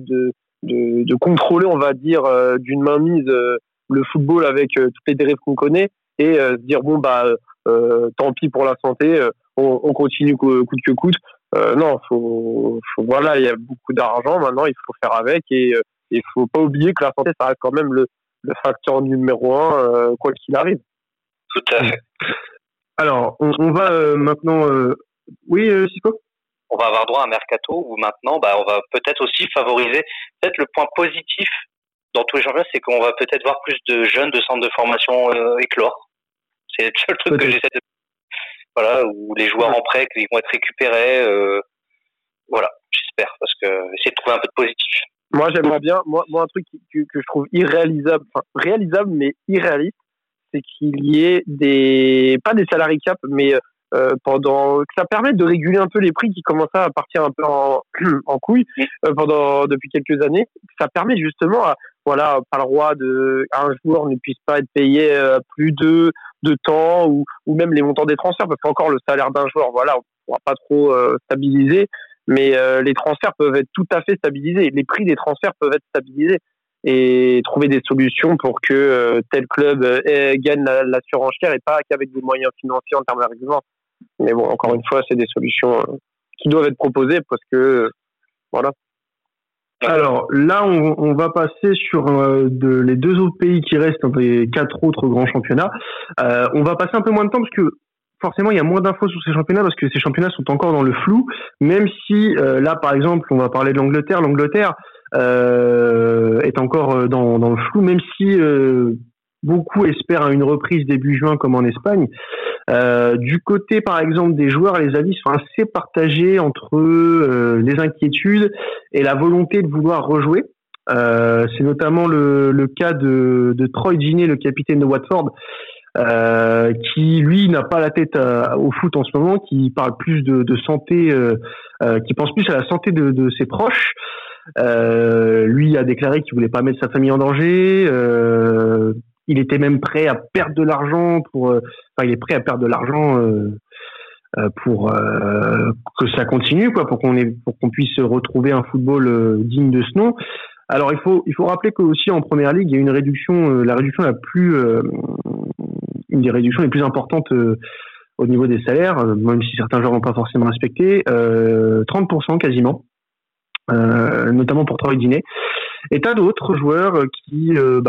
de contrôler, on va dire, d'une mainmise le football avec toutes les dérives qu'on connaît et se dire bon tant pis pour la santé, on continue coûte que coûte. Non, voilà, il y a beaucoup d'argent maintenant, il faut faire avec et il faut pas oublier que la santé ça reste quand même le facteur numéro 1 quoi qu'il arrive. Tout à fait. Alors, on va maintenant. Oui, Siko. On va avoir droit à un mercato où maintenant, on va peut-être aussi favoriser. Peut-être le point positif dans tous les championnats, c'est qu'on va peut-être voir plus de jeunes de centres de formation éclore. C'est le seul truc que j'essaie de. Voilà, où les joueurs en prêt, ils vont être récupérés. Voilà, j'espère, parce que essayer de trouver un peu de positif. Moi, j'aimerais bien. Moi, un truc que je trouve irréalisable, enfin réalisable mais irréaliste, c'est qu'il y ait pas des salary cap, mais que ça permette de réguler un peu les prix qui commençaient à partir un peu en couille depuis quelques années. Ça permet justement pas le droit un joueur ne puisse pas être payé plus de temps ou même les montants des transferts parce qu'encore le salaire d'un joueur, voilà, on pourra pas trop stabiliser, mais les transferts peuvent être tout à fait stabilisés. Les prix des transferts peuvent être stabilisés et trouver des solutions pour que tel club gagne la surenchère et pas qu'avec des moyens financiers en termes de règlement. Mais bon, encore une fois, c'est des solutions qui doivent être proposées parce que voilà. Alors là, on va passer sur les 2 autres pays qui restent dans les 4 autres grands championnats. On va passer un peu moins de temps parce que forcément, il y a moins d'infos sur ces championnats parce que ces championnats sont encore dans le flou. Même si là, par exemple, on va parler de l'Angleterre. L'Angleterre est encore dans le flou, même si beaucoup espèrent une reprise début juin comme en Espagne. Du côté, par exemple, des joueurs, les avis sont assez partagés entre les inquiétudes et la volonté de vouloir rejouer. C'est notamment le cas de Troy Deeney, le capitaine de Watford, qui lui n'a pas la tête au foot en ce moment, qui parle plus de santé, qui pense plus à la santé de ses proches. Lui a déclaré qu'il voulait pas mettre sa famille en danger. Il était même prêt à perdre de l'argent il est prêt à perdre de l'argent pour que ça continue, quoi, pour qu'on puisse retrouver un football digne de ce nom. Alors il faut rappeler qu'aussi en première ligue, il y a une réduction, la réduction une des réductions les plus importantes au niveau des salaires, même si certains joueurs n'ont pas forcément respecté, 30% quasiment, notamment pour Troy Deeney. Et t'as d'autres joueurs qui,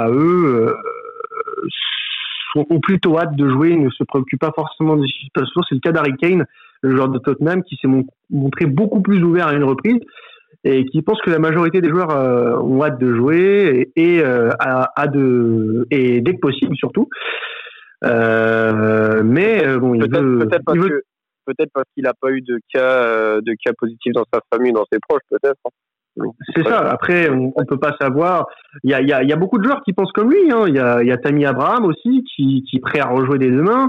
ont plutôt hâte de jouer, ne se préoccupent pas forcément des situations. C'est le cas d'Harry Kane, le joueur de Tottenham, qui s'est montré beaucoup plus ouvert à une reprise et qui pense que la majorité des joueurs ont hâte de jouer et dès que possible surtout. Peut-être parce qu'il n'a pas eu de cas positifs dans sa famille, dans ses proches, peut-être. C'est ça. Après, on peut pas savoir. Il y a beaucoup de joueurs qui pensent comme lui. Hein. Il y a Tammy Abraham aussi qui est prêt à rejouer dès demain.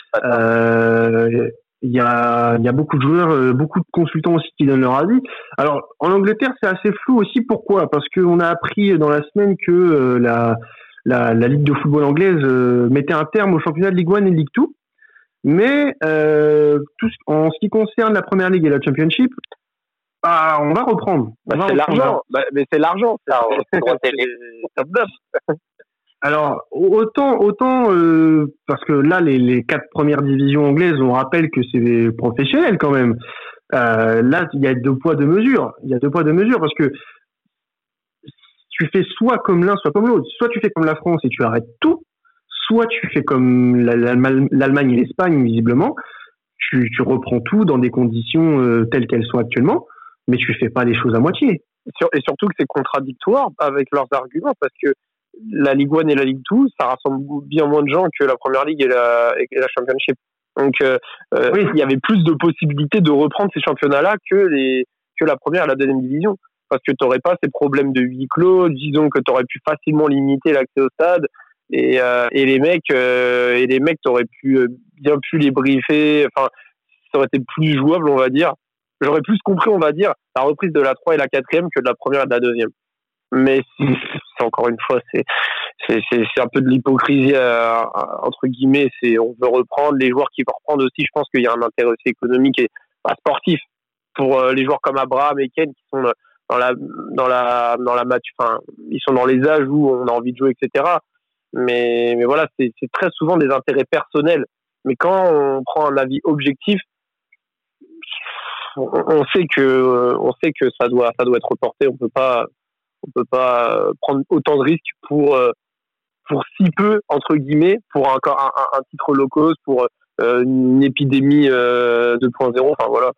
Il y a beaucoup de joueurs, beaucoup de consultants aussi qui donnent leur avis. Alors en Angleterre, c'est assez flou aussi. Pourquoi ? Parce qu'on a appris dans la semaine que la Ligue de football anglaise mettait un terme au championnat de Ligue 1 et Ligue 2. Mais en ce qui concerne la Première Ligue et la Championship, on va reprendre. C'est l'argent. Mais c'est l'argent. Alors autant parce que là les 4 premières divisions anglaises, on rappelle que c'est des professionnels quand même. Là il y a 2 poids 2 mesures. Parce que tu fais soit comme l'un, soit comme l'autre. Soit tu fais comme la France et tu arrêtes tout. Soit tu fais comme l'Allemagne et l'Espagne, visiblement, tu reprends tout dans des conditions telles qu'elles sont actuellement, mais tu fais pas les choses à moitié. Et surtout que c'est contradictoire avec leurs arguments, parce que la Ligue 1 et la Ligue 2, ça rassemble bien moins de gens que la Première Ligue et la Championship. Donc, il y avait plus de possibilités de reprendre ces championnats-là que la première et la deuxième division. parce que tu n'aurais pas ces problèmes de huis clos. Disons que tu aurais pu facilement limiter l'accès au stade et les mecs, t'aurais bien pu les briefer. Enfin, ça aurait été plus jouable, on va dire. J'aurais plus compris, on va dire, la reprise de la 3 et la 4e que de la première et de la 2e. Mais c'est encore une fois, c'est un peu de l'hypocrisie entre guillemets. On veut reprendre les joueurs qui veulent reprendre aussi. Je pense qu'il y a un intérêt aussi économique et sportif pour les joueurs comme Abraham et Kane qui sont dans la match. Enfin, ils sont dans les âges où on a envie de jouer, etc. Mais voilà, c'est très souvent des intérêts personnels. Mais quand on prend un avis objectif, on sait que ça doit être reporté. On peut pas prendre autant de risques pour si peu, entre guillemets, pour encore un titre low cost, pour une épidémie 2.0. Enfin voilà.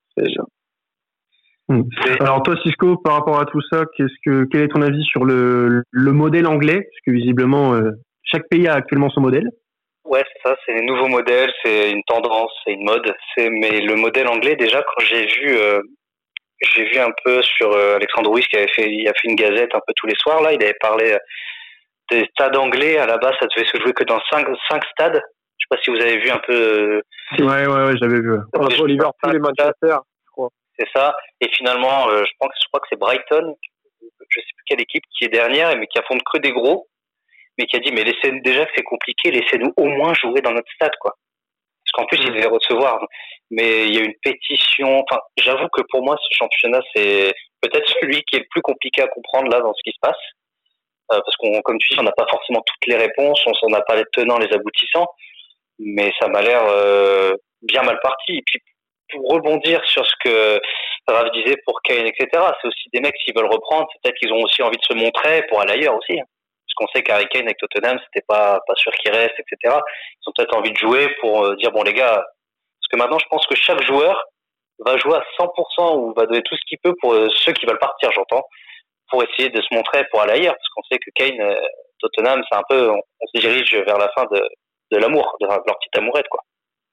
Alors toi, Cisco, par rapport à tout ça, quel est ton avis sur le modèle anglais? Parce que visiblement, chaque pays a actuellement son modèle. Ouais, c'est ça, c'est les nouveaux modèles, c'est une tendance, c'est une mode. Mais le modèle anglais, déjà, quand j'ai vu un peu sur Alexandre Ruiz qui il a fait une gazette un peu tous les soirs, là, il avait parlé des stades anglais. À la base, ça devait se jouer que dans 5 stades. Je sais pas si vous avez vu un peu. Ouais, j'avais vu. Entre Liverpool et Manchester, je crois. C'est ça. Et finalement, je crois que c'est Brighton, je sais plus quelle équipe, qui est dernière, mais qui affronte que des gros, mais qui a dit, mais déjà que c'est compliqué, laissez-nous au moins jouer dans notre stade, quoi. Parce qu'en plus, ils devaient recevoir. Mais il y a une pétition. Enfin, j'avoue que pour moi, ce championnat, c'est peut-être celui qui est le plus compliqué à comprendre, là, dans ce qui se passe. Parce qu'on, comme tu dis, on n'a pas forcément toutes les réponses, on n'a pas les tenants, les aboutissants. Mais ça m'a l'air bien mal parti. Et puis, pour rebondir sur ce que Raph disait pour Kane, etc., c'est aussi des mecs, s'ils veulent reprendre, c'est peut-être qu'ils ont aussi envie de se montrer pour aller ailleurs aussi. Parce qu'on sait qu'Harry Kane avec Tottenham, c'était pas sûr qu'il reste, etc. Ils ont peut-être envie de jouer pour dire, bon les gars, parce que maintenant je pense que chaque joueur va jouer à 100% ou va donner tout ce qu'il peut pour ceux qui veulent partir, j'entends, pour essayer de se montrer pour aller ailleurs. Parce qu'on sait que Kane, Tottenham, c'est un peu, on se dirige vers la fin de l'amour, de leur petite amourette, quoi.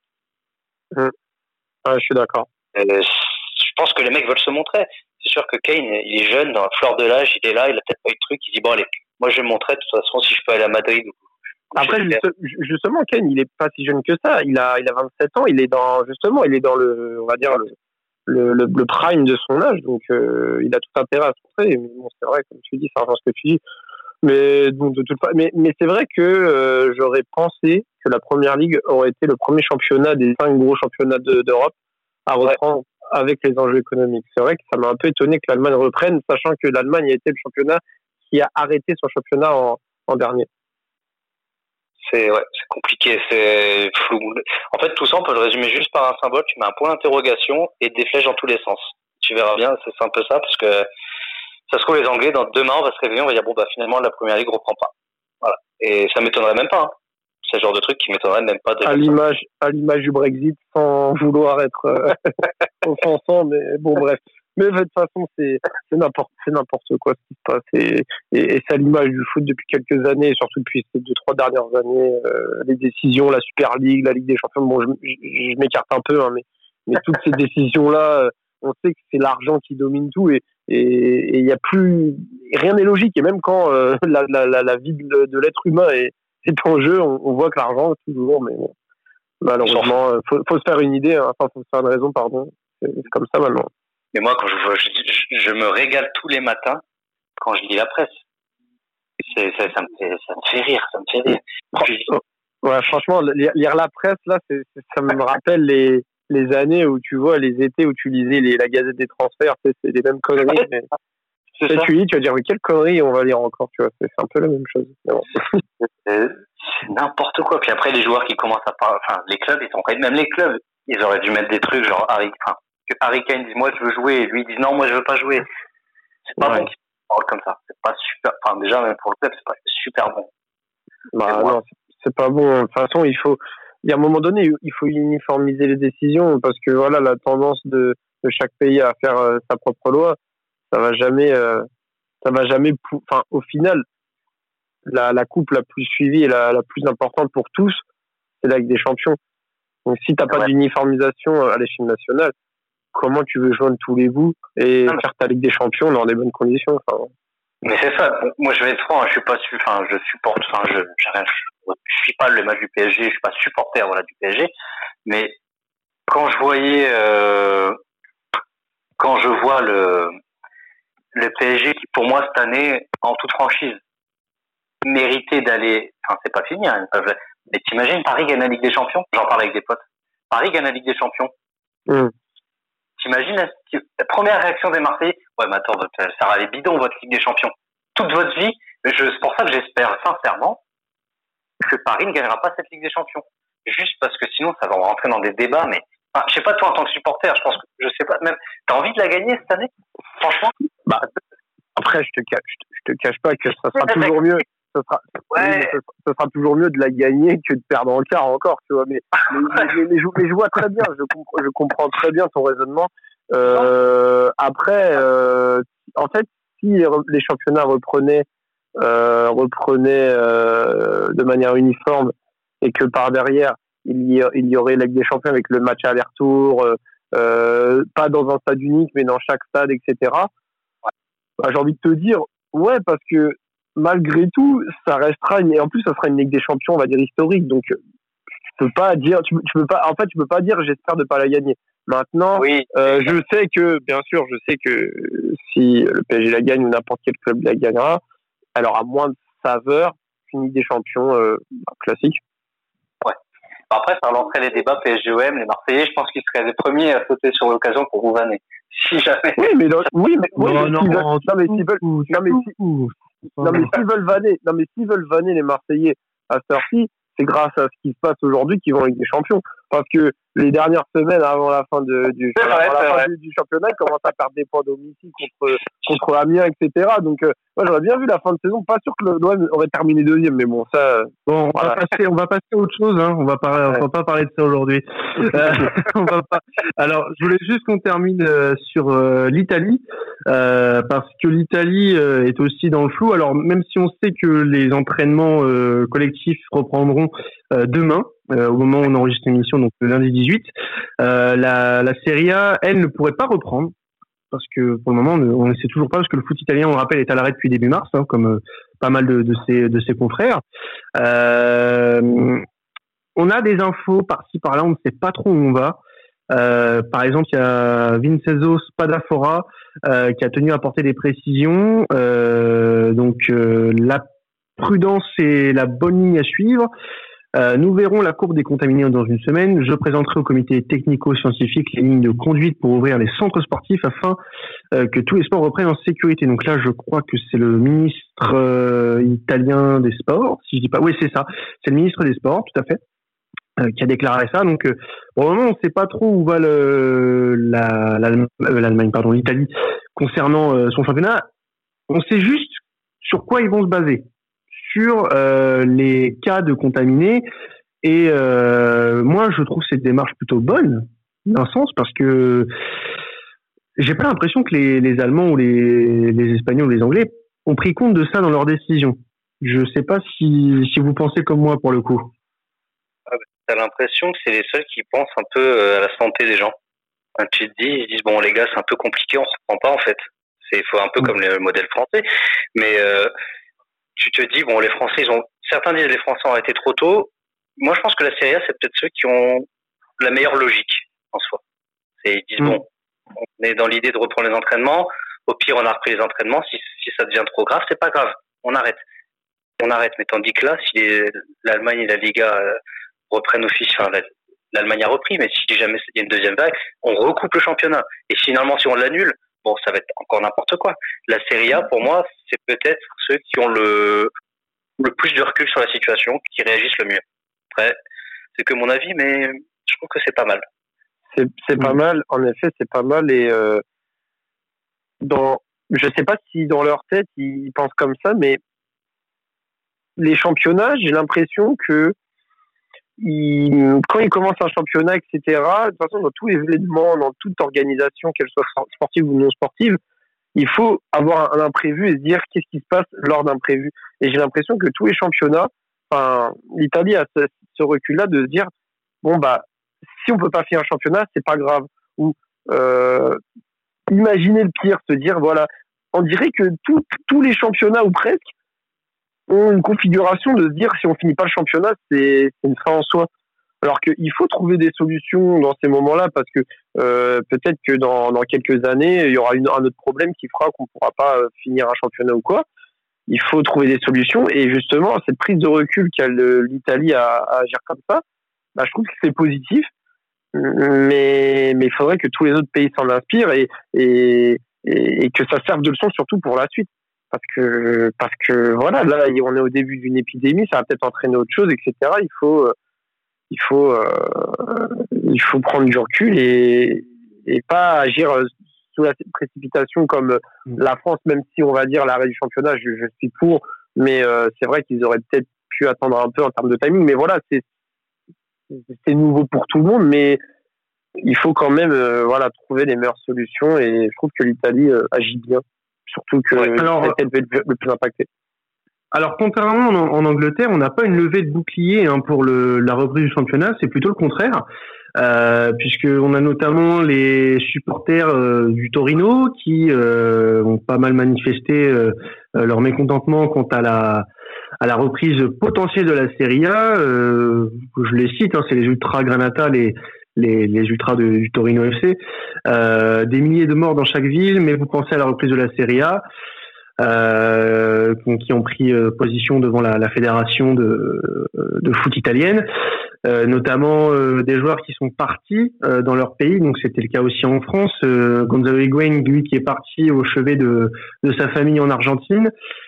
Ouais, je suis d'accord. Je pense que les mecs veulent se montrer. C'est sûr que Kane, il est jeune, dans la fleur de l'âge, il est là, il a peut-être pas eu de truc, il dit bon allez, moi je vais me montrer, de toute façon, si je peux aller à Madrid. Après, justement, Kane, il est pas si jeune que ça. Il a 27 ans, il est dans le, on va dire, le prime de son âge, donc il a tout intérêt à se montrer. Mais bon, c'est vrai, comme tu dis, ça rejoint ce que tu dis. Mais donc, de toute façon, mais c'est vrai que j'aurais pensé que la Première Ligue aurait été le premier championnat des 5 gros championnats d'Europe à reprendre avec les enjeux économiques. C'est vrai que ça m'a un peu étonné que l'Allemagne reprenne, sachant que l'Allemagne a été le championnat qui a arrêté son championnat en dernier. C'est compliqué, c'est flou. En fait, tout ça, on peut le résumer juste par un symbole. Tu mets un point d'interrogation et des flèches dans tous les sens. Tu verras bien, c'est un peu ça, parce que ça se trouve, les Anglais, demain, on va se réveiller, on va dire, bon, bah, finalement, la Première Ligue reprend pas. Voilà. Et ça m'étonnerait même pas, hein. C'est le genre de truc qui m'étonnerait même pas. À l'image du Brexit, sans vouloir être offensant, mais bon, bref. Mais de toute façon, c'est n'importe quoi ce qui se passe. Et c'est à l'image du foot depuis quelques années, et surtout depuis ces 2-3 dernières années, les décisions, la Super League, la Ligue des Champions, bon, je m'écarte un peu, hein, mais toutes ces décisions-là, on sait que c'est l'argent qui domine tout, et il y a plus, rien n'est logique. Et même quand la vie de l'être humain est en jeu, on voit que l'argent toujours, mais bon, malheureusement, faut se faire une idée, hein. Enfin, faut se faire une raison, pardon. C'est comme ça maintenant. Mais moi, quand je me régale tous les matins quand je lis la presse. Ça me fait rire. Ouais, franchement, lire la presse là, ça me rappelle les années où tu vois, les étés où tu lisais la Gazette des transferts, c'est les mêmes conneries. Mais tu lis, tu vas dire, mais quelle connerie on va lire encore, tu vois, c'est un peu la même chose. Bon. C'est n'importe quoi. Puis après, les joueurs qui commencent à parler, enfin, les clubs, même les clubs, ils auraient dû mettre des trucs genre que Harry Kane dise moi je veux jouer, et lui il dit non moi je veux pas jouer. C'est pas bon qu'ils parlent comme ça. C'est pas super. Enfin déjà même pour le club c'est pas super bon. Non, c'est pas bon. De toute façon il y a un moment donné il faut uniformiser les décisions parce que voilà la tendance de chaque pays à faire sa propre loi, ça va jamais. Enfin au final la coupe la plus suivie et la plus importante pour tous, c'est la Ligue des Champions. Donc si t'as pas d'uniformisation à l'échelle nationale, comment tu veux joindre tous les bouts et faire ta Ligue des Champions dans des bonnes conditions. Enfin, mais c'est ça. Moi, je vais être franc. Je suis pas, je supporte. Enfin, je suis pas le match du PSG. Je suis pas supporter, voilà, du PSG. Mais quand je vois le PSG qui, pour moi, cette année, en toute franchise, méritait d'aller. Enfin, c'est pas fini. Hein, mais t'imagines Paris gagne la Ligue des Champions? J'en parle avec des potes. Paris gagne la Ligue des Champions. T'imagines la première réaction des Marseillais? Ouais, mais attends, ça va aller bidon votre Ligue des Champions. Toute votre vie, c'est pour ça que j'espère sincèrement que Paris ne gagnera pas cette Ligue des Champions. Juste parce que sinon, ça va rentrer dans des débats. Mais enfin, je sais pas, toi en tant que supporter, je sais pas même. T'as envie de la gagner cette année? Franchement? Bah après, je te cache pas que ça sera toujours mieux. Ce sera toujours mieux de la gagner que de perdre en quart encore, tu vois. Mais je vois très bien, je comprends très bien ton raisonnement. Après, en fait, si les championnats reprenaient de manière uniforme et que par derrière il y aurait la Ligue des Champions avec le match aller-retour, pas dans un stade unique mais dans chaque stade, etc. Bah, j'ai envie de te dire, ouais, parce que malgré tout, ça restera et en plus, ça sera une Ligue des Champions, on va dire historique. Donc, tu peux pas dire, tu peux pas dire, j'espère de pas la gagner. Maintenant, oui, je sais que si le PSG la gagne ou n'importe quel club la gagnera, elle aura moins de saveur qu'une Ligue des Champions classique. Ouais. Après, ça relancerait les débats PSG-OM, les Marseillais. Je pense qu'ils seraient les premiers à sauter sur l'occasion pour vous vanner. Si jamais. Oui, mais s'ils veulent vanner les Marseillais à cette heure-ci, c'est grâce à ce qui se passe aujourd'hui qu'ils vont avec des champions. Parce que les dernières semaines avant la fin du championnat, ils commencent à perdre des points domicile contre Amiens, etc. Donc, moi, j'aurais bien vu la fin de saison. Pas sûr que l'OM aurait terminé deuxième, mais bon, ça. Bon, on va passer à autre chose. Hein. On va pas parler de ça aujourd'hui. Alors, je voulais juste qu'on termine sur l'Italie, parce que l'Italie est aussi dans le flou. Alors, même si on sait que les entraînements collectifs reprendront demain, au moment où on enregistre l'émission, donc le lundi 18, la Serie A, elle, ne pourrait pas reprendre, parce que pour le moment, on ne sait toujours pas, parce que le foot italien, on le rappelle, est à l'arrêt depuis début mars, hein, comme pas mal de ses confrères. On a des infos par-ci, par-là, on ne sait pas trop où on va. Par exemple, il y a Vincenzo Spadafora qui a tenu à apporter des précisions. Donc, la prudence est la bonne ligne à suivre. Nous verrons la courbe des contaminés dans une semaine. Je présenterai au comité technico-scientifique les lignes de conduite pour ouvrir les centres sportifs afin que tous les sports reprennent en sécurité. Donc là, je crois que c'est le ministre italien des Sports, si je dis pas. Oui, c'est ça. C'est le ministre des Sports, tout à fait, qui a déclaré ça. Donc, pour le moment, on ne sait pas trop où va l'Allemagne, l'Italie, concernant son championnat. On sait juste sur quoi ils vont se baser. Sur les cas de contaminés, et moi je trouve cette démarche plutôt bonne d'un sens, parce que j'ai pas l'impression que les Allemands ou les Espagnols ou les Anglais ont pris compte de ça dans leurs décisions. Je sais pas si vous pensez comme moi pour le coup. T'as l'impression que c'est les seuls qui pensent un peu à la santé des gens. Quand tu te dis, ils disent bon les gars c'est un peu compliqué, on se reprend pas en fait. Il faut un peu comme le modèle français, mais tu te dis, bon, les Français, certains disent les Français ont arrêté trop tôt. Moi, je pense que la Serie A, c'est peut-être ceux qui ont la meilleure logique, en soi. Ils disent, bon, on est dans l'idée de reprendre les entraînements. Au pire, on a repris les entraînements. Si ça devient trop grave, c'est pas grave. On arrête. Mais tandis que là, si l'Allemagne et la Liga reprennent l'Allemagne a repris, mais si jamais il y a une deuxième vague, on recoupe le championnat. Et finalement, si on l'annule, bon, ça va être encore n'importe quoi. La Serie A, pour moi, c'est peut-être ceux qui ont le plus de recul sur la situation, qui réagissent le mieux. Après, c'est que mon avis, mais je trouve que c'est pas mal. C'est pas mal, en effet, c'est pas mal. Et je sais pas si dans leur tête, ils pensent comme ça, mais les championnats, j'ai l'impression que quand ils commencent un championnat, etc., de toute façon, dans tous les événements, dans toute organisation, qu'elle soit sportive ou non sportive, il faut avoir un imprévu et se dire qu'est-ce qui se passe lors d'imprévu. Et j'ai l'impression que tous les championnats, l'Italie a ce recul-là de se dire, bon, bah, si on peut pas finir un championnat, c'est pas grave. Ou imaginer le pire, se dire voilà, on dirait que tous les championnats ou presque ont une configuration de se dire si on finit pas le championnat, c'est une fin en soi. Alors qu'il faut trouver des solutions dans ces moments-là parce que peut-être que dans quelques années, il y aura un autre problème qui fera qu'on pourra pas finir un championnat ou quoi. Il faut trouver des solutions et justement cette prise de recul qu'a l'Italie à agir comme ça, je trouve que c'est positif, mais il faudrait que tous les autres pays s'en inspirent et que ça serve de leçon surtout pour la suite. Parce que voilà, là on est au début d'une épidémie, ça va peut-être entraîner autre chose, etc. Il faut prendre du recul et pas agir sous la précipitation comme la France, même si on va dire l'arrêt du championnat, je suis pour, mais c'est vrai qu'ils auraient peut-être pu attendre un peu en termes de timing, mais voilà, c'est nouveau pour tout le monde, mais il faut quand même trouver les meilleures solutions et je trouve que l'Italie agit bien, surtout que c'est le plus impacté. Alors, contrairement en Angleterre, on n'a pas une levée de bouclier pour la reprise du championnat, c'est plutôt le contraire, puisqu'on a notamment les supporters du Torino qui ont pas mal manifesté leur mécontentement quant à la reprise potentielle de la Serie A. Je les cite, c'est les Ultras Granata, les Ultras du Torino FC. Des milliers de morts dans chaque ville, mais vous pensez à la reprise de la Serie A. Qui ont pris position devant la fédération de foot italienne, notamment des joueurs qui sont partis dans leur pays, donc c'était le cas aussi en France. Gonzalo Higuaín, lui, qui est parti au chevet de sa famille en Argentine.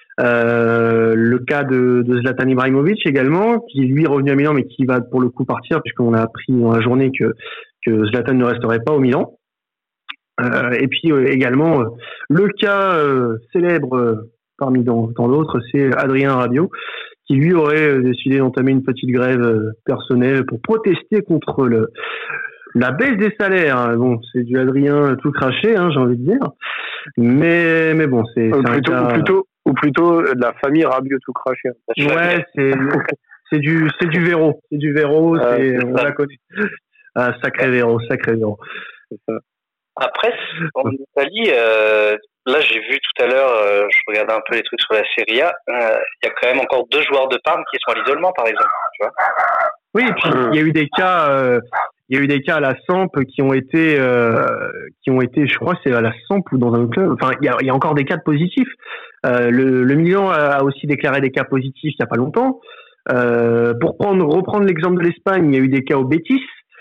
Le cas de Zlatan Ibrahimovic également, qui lui est revenu à Milan, mais qui va pour le coup partir, puisqu'on a appris dans la journée que Zlatan ne resterait pas au Milan. Et puis également le cas célèbre parmi dans d'autres, c'est Adrien Rabiot, qui lui aurait décidé d'entamer une petite grève personnelle pour protester contre la baisse des salaires. Bon, c'est du Adrien tout craché, j'ai envie de dire, mais bon, c'est plutôt de la famille Rabiot tout craché. Ouais, c'est du Véro, on la connaît. Sacré Véro. C'est ça. Après, en Italie, là j'ai vu tout à l'heure, je regardais un peu les trucs sur la Serie A, il y a quand même encore 2 joueurs de Parme qui sont à l'isolement, par exemple. Tu vois. Oui, et puis il y a eu des cas à la Samp qui ont été, je crois, c'est à la Samp ou dans un autre club. Enfin, il y a encore des cas de positifs. Le Milan a aussi déclaré des cas positifs il y a pas longtemps. Pour reprendre l'exemple de l'Espagne, il y a eu des cas au Betis.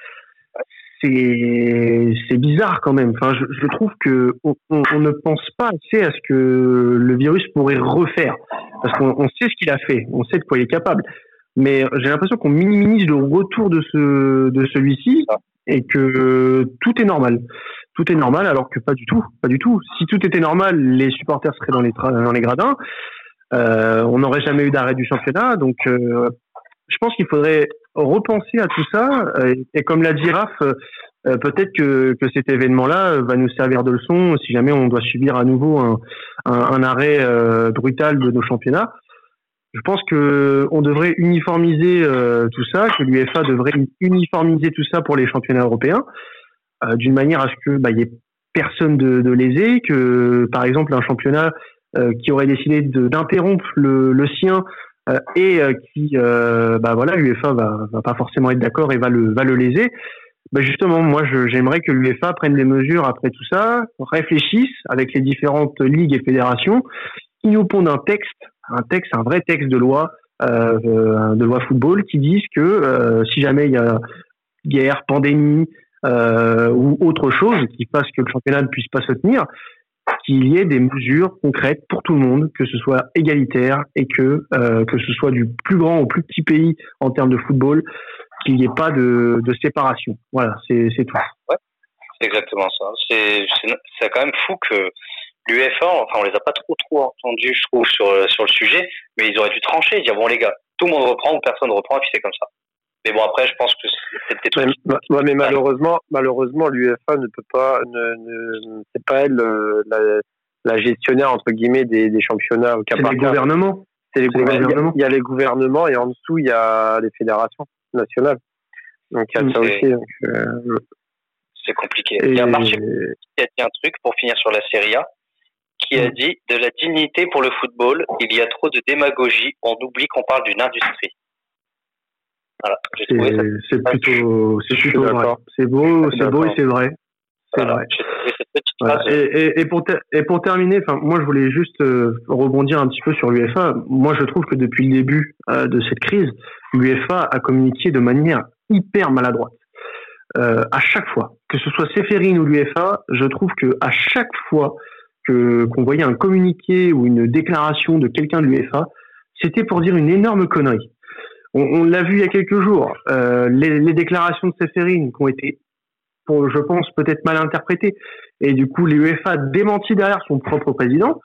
C'est bizarre quand même. Enfin, je trouve que on ne pense pas assez à ce que le virus pourrait refaire, parce qu'on sait ce qu'il a fait, on sait de quoi il est capable. Mais j'ai l'impression qu'on minimise le retour de celui-ci et que tout est normal. Tout est normal, alors que pas du tout. Si tout était normal, les supporters seraient dans les gradins. On n'aurait jamais eu d'arrêt du championnat. Donc, je pense qu'il faudrait repenser à tout ça. Et comme l'a dit Raph, peut-être que cet événement-là va nous servir de leçon si jamais on doit subir à nouveau un arrêt brutal de nos championnats. Je pense que on devrait uniformiser tout ça, que l'UEFA devrait uniformiser tout ça pour les championnats européens, d'une manière à ce que il y ait personne de lésé, que par exemple un championnat qui aurait décidé d'interrompre le sien et qui l'UEFA va pas forcément être d'accord et va le léser. Justement, moi j'aimerais que l'UEFA prenne des mesures après tout ça, réfléchisse avec les différentes ligues et fédérations, qui nous pondent un vrai texte de loi football qui dise que si jamais il y a guerre, pandémie ou autre chose qui fasse que le championnat ne puisse pas se tenir, qu'il y ait des mesures concrètes pour tout le monde, que ce soit égalitaire et que ce soit du plus grand au plus petit pays en termes de football, qu'il n'y ait pas de séparation. Voilà, c'est tout. Ouais, c'est exactement ça. C'est quand même fou que l'UEFA, on les a pas trop entendus, je trouve, sur le sujet, mais ils auraient dû trancher, dire bon les gars, tout le monde reprend ou personne reprend, et puis c'est comme ça. Mais bon, après, je pense que c'était tout. Mais malheureusement, l'UEFA ne peut pas, c'est pas elle la gestionnaire entre guillemets des championnats au cas par cas. C'est les gouvernements. Il y a les gouvernements et en dessous il y a les fédérations nationales. Donc il y a ça aussi. C'est compliqué. Il y a Marché qui a dit un truc pour finir sur la Serie A, qui a dit de la dignité pour le football, il y a trop de démagogie, on oublie qu'on parle d'une industrie. Voilà. C'est plutôt vrai. C'est beau et c'est vrai. C'est vrai. Voilà. Et pour terminer, moi je voulais juste rebondir un petit peu sur l'UEFA. Moi je trouve que depuis le début de cette crise, l'UEFA a communiqué de manière hyper maladroite. À chaque fois, que ce soit Ceferin ou l'UEFA, je trouve que à chaque fois qu'on voyait un communiqué ou une déclaration de quelqu'un de l'UEFA, c'était pour dire une énorme connerie. On l'a vu il y a quelques jours, les déclarations de Ceferin qui ont été, je pense, peut-être mal interprétées, et du coup l'UEFA a démenti derrière son propre président.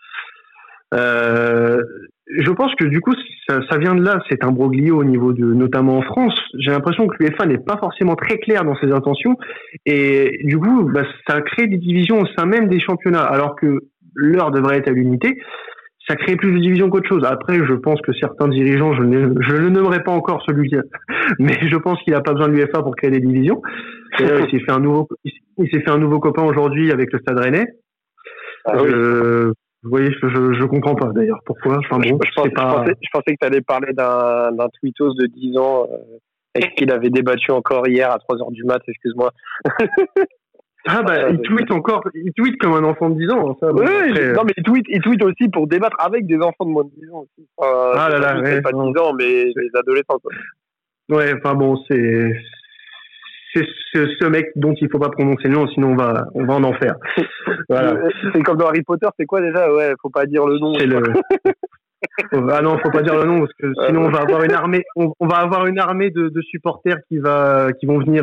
Je pense que du coup ça vient de là, cet imbroglio au niveau notamment en France. J'ai l'impression que l'UEFA n'est pas forcément très claire dans ses intentions, et du coup ça crée des divisions au sein même des championnats, alors que l'heure devrait être à l'unité. Ça crée plus de divisions qu'autre chose. Après, je pense que certains dirigeants, je ne nommerai pas encore celui-là, mais je pense qu'il n'a pas besoin de l'UEFA pour créer des divisions. Et là, il s'est fait un nouveau copain aujourd'hui avec le Stade Rennais. Vous voyez, je comprends pas d'ailleurs pourquoi. Enfin, bon, je pensais que tu allais parler d'un tweetos de 10 ans avec qui il avait débattu encore hier à 3h du mat, excuse-moi. Il tweet comme un enfant de 10 ans. Ça, oui, après, non, mais il tweet aussi pour débattre avec des enfants de moins de 10 ans aussi. Pas 10 ans, mais les adolescents, quoi. Ouais, enfin bon, c'est ce mec dont il faut pas prononcer le nom, sinon on va en enfer. Voilà. C'est comme dans Harry Potter, c'est quoi déjà? Ouais, faut pas dire le nom. Ah non, faut pas dire le nom parce que sinon on va avoir une armée. On va avoir une armée de supporters qui vont venir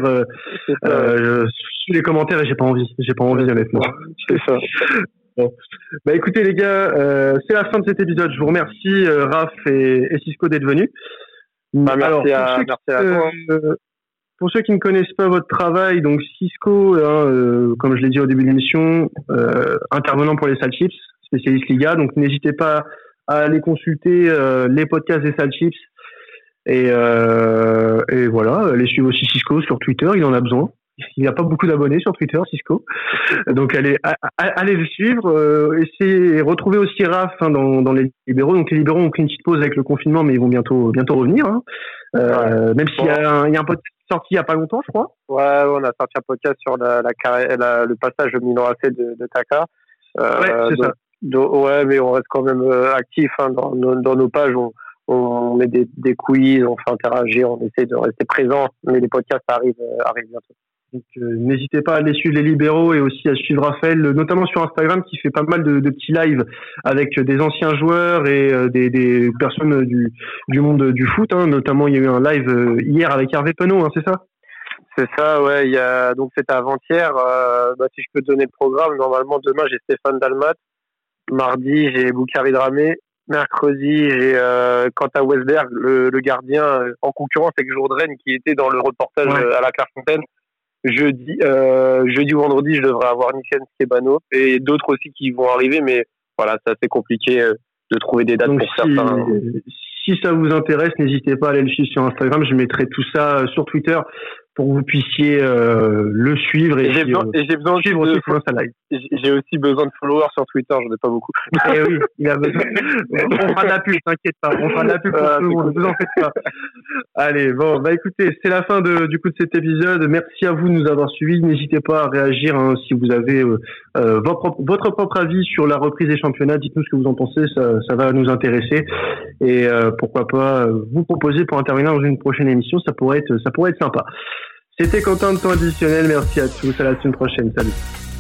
sous les commentaires et j'ai pas envie honnêtement. C'est ça. Bon. Écoutez les gars, c'est la fin de cet épisode. Je vous remercie Raph et Cisco d'être venus. Merci à toi. Pour ceux qui ne connaissent pas votre travail, donc Cisco, comme je l'ai dit au début de l'émission, intervenant pour les Sales Chips, spécialiste Liga, donc n'hésitez pas à aller consulter les podcasts des Sales Chips et voilà, les suivre aussi Cisco sur Twitter, il en a besoin. Il n'a pas beaucoup d'abonnés sur Twitter, Cisco. Donc allez le suivre, essayez retrouver aussi Raph dans les libéraux. Donc les libéraux ont pris une petite pause avec le confinement, mais ils vont bientôt revenir. Même s'il y a un podcast sorti il y a pas longtemps, je crois. Ouais, on a sorti un podcast sur le passage au Milan AC de Taka. C'est ça. Ouais, mais on reste quand même actif dans nos pages. On met des quiz, on fait interagir, on essaie de rester présent. Mais les podcasts arrivent bientôt. Donc n'hésitez pas à aller suivre les libéraux et aussi à suivre Raphaël, notamment sur Instagram, qui fait pas mal de petits lives avec des anciens joueurs et des personnes du monde du foot. Notamment, il y a eu un live hier avec Hervé Penaud, c'est ça? C'est ça, ouais. Donc c'était avant-hier. Si je peux te donner le programme, normalement demain j'ai Stéphane Dalmat. Mardi j'ai Boukari Dramé. Mercredi j'ai Quentin Westberg, le gardien en concurrence avec Jourdain qui était dans le reportage à la Clairefontaine. Jeudi ou vendredi, je devrais avoir Nicien Skebano et d'autres aussi qui vont arriver, mais voilà, c'est assez compliqué de trouver des dates. Donc pour certains. Si ça vous intéresse, n'hésitez pas à aller le suivre sur Instagram. Je mettrai tout ça sur Twitter pour que vous puissiez le suivre et j'ai besoin de suivre aussi sur Insta Live. J'ai aussi besoin de followers sur Twitter, j'en ai pas beaucoup. Eh oui, il a besoin. On fera de la pub, t'inquiète pas. On fera de la pub pour tout le monde, vous en faites pas. Allez, bon, écoutez, c'est la fin de cet épisode. Merci à vous de nous avoir suivis. N'hésitez pas à réagir si vous avez votre propre avis sur la reprise des championnats. Dites-nous ce que vous en pensez, ça va nous intéresser. Et pourquoi pas vous proposer pour intervenir dans une prochaine émission, ça pourrait être sympa. C'était Quentin de Temps Additionnel, merci à tous, à la semaine prochaine, salut.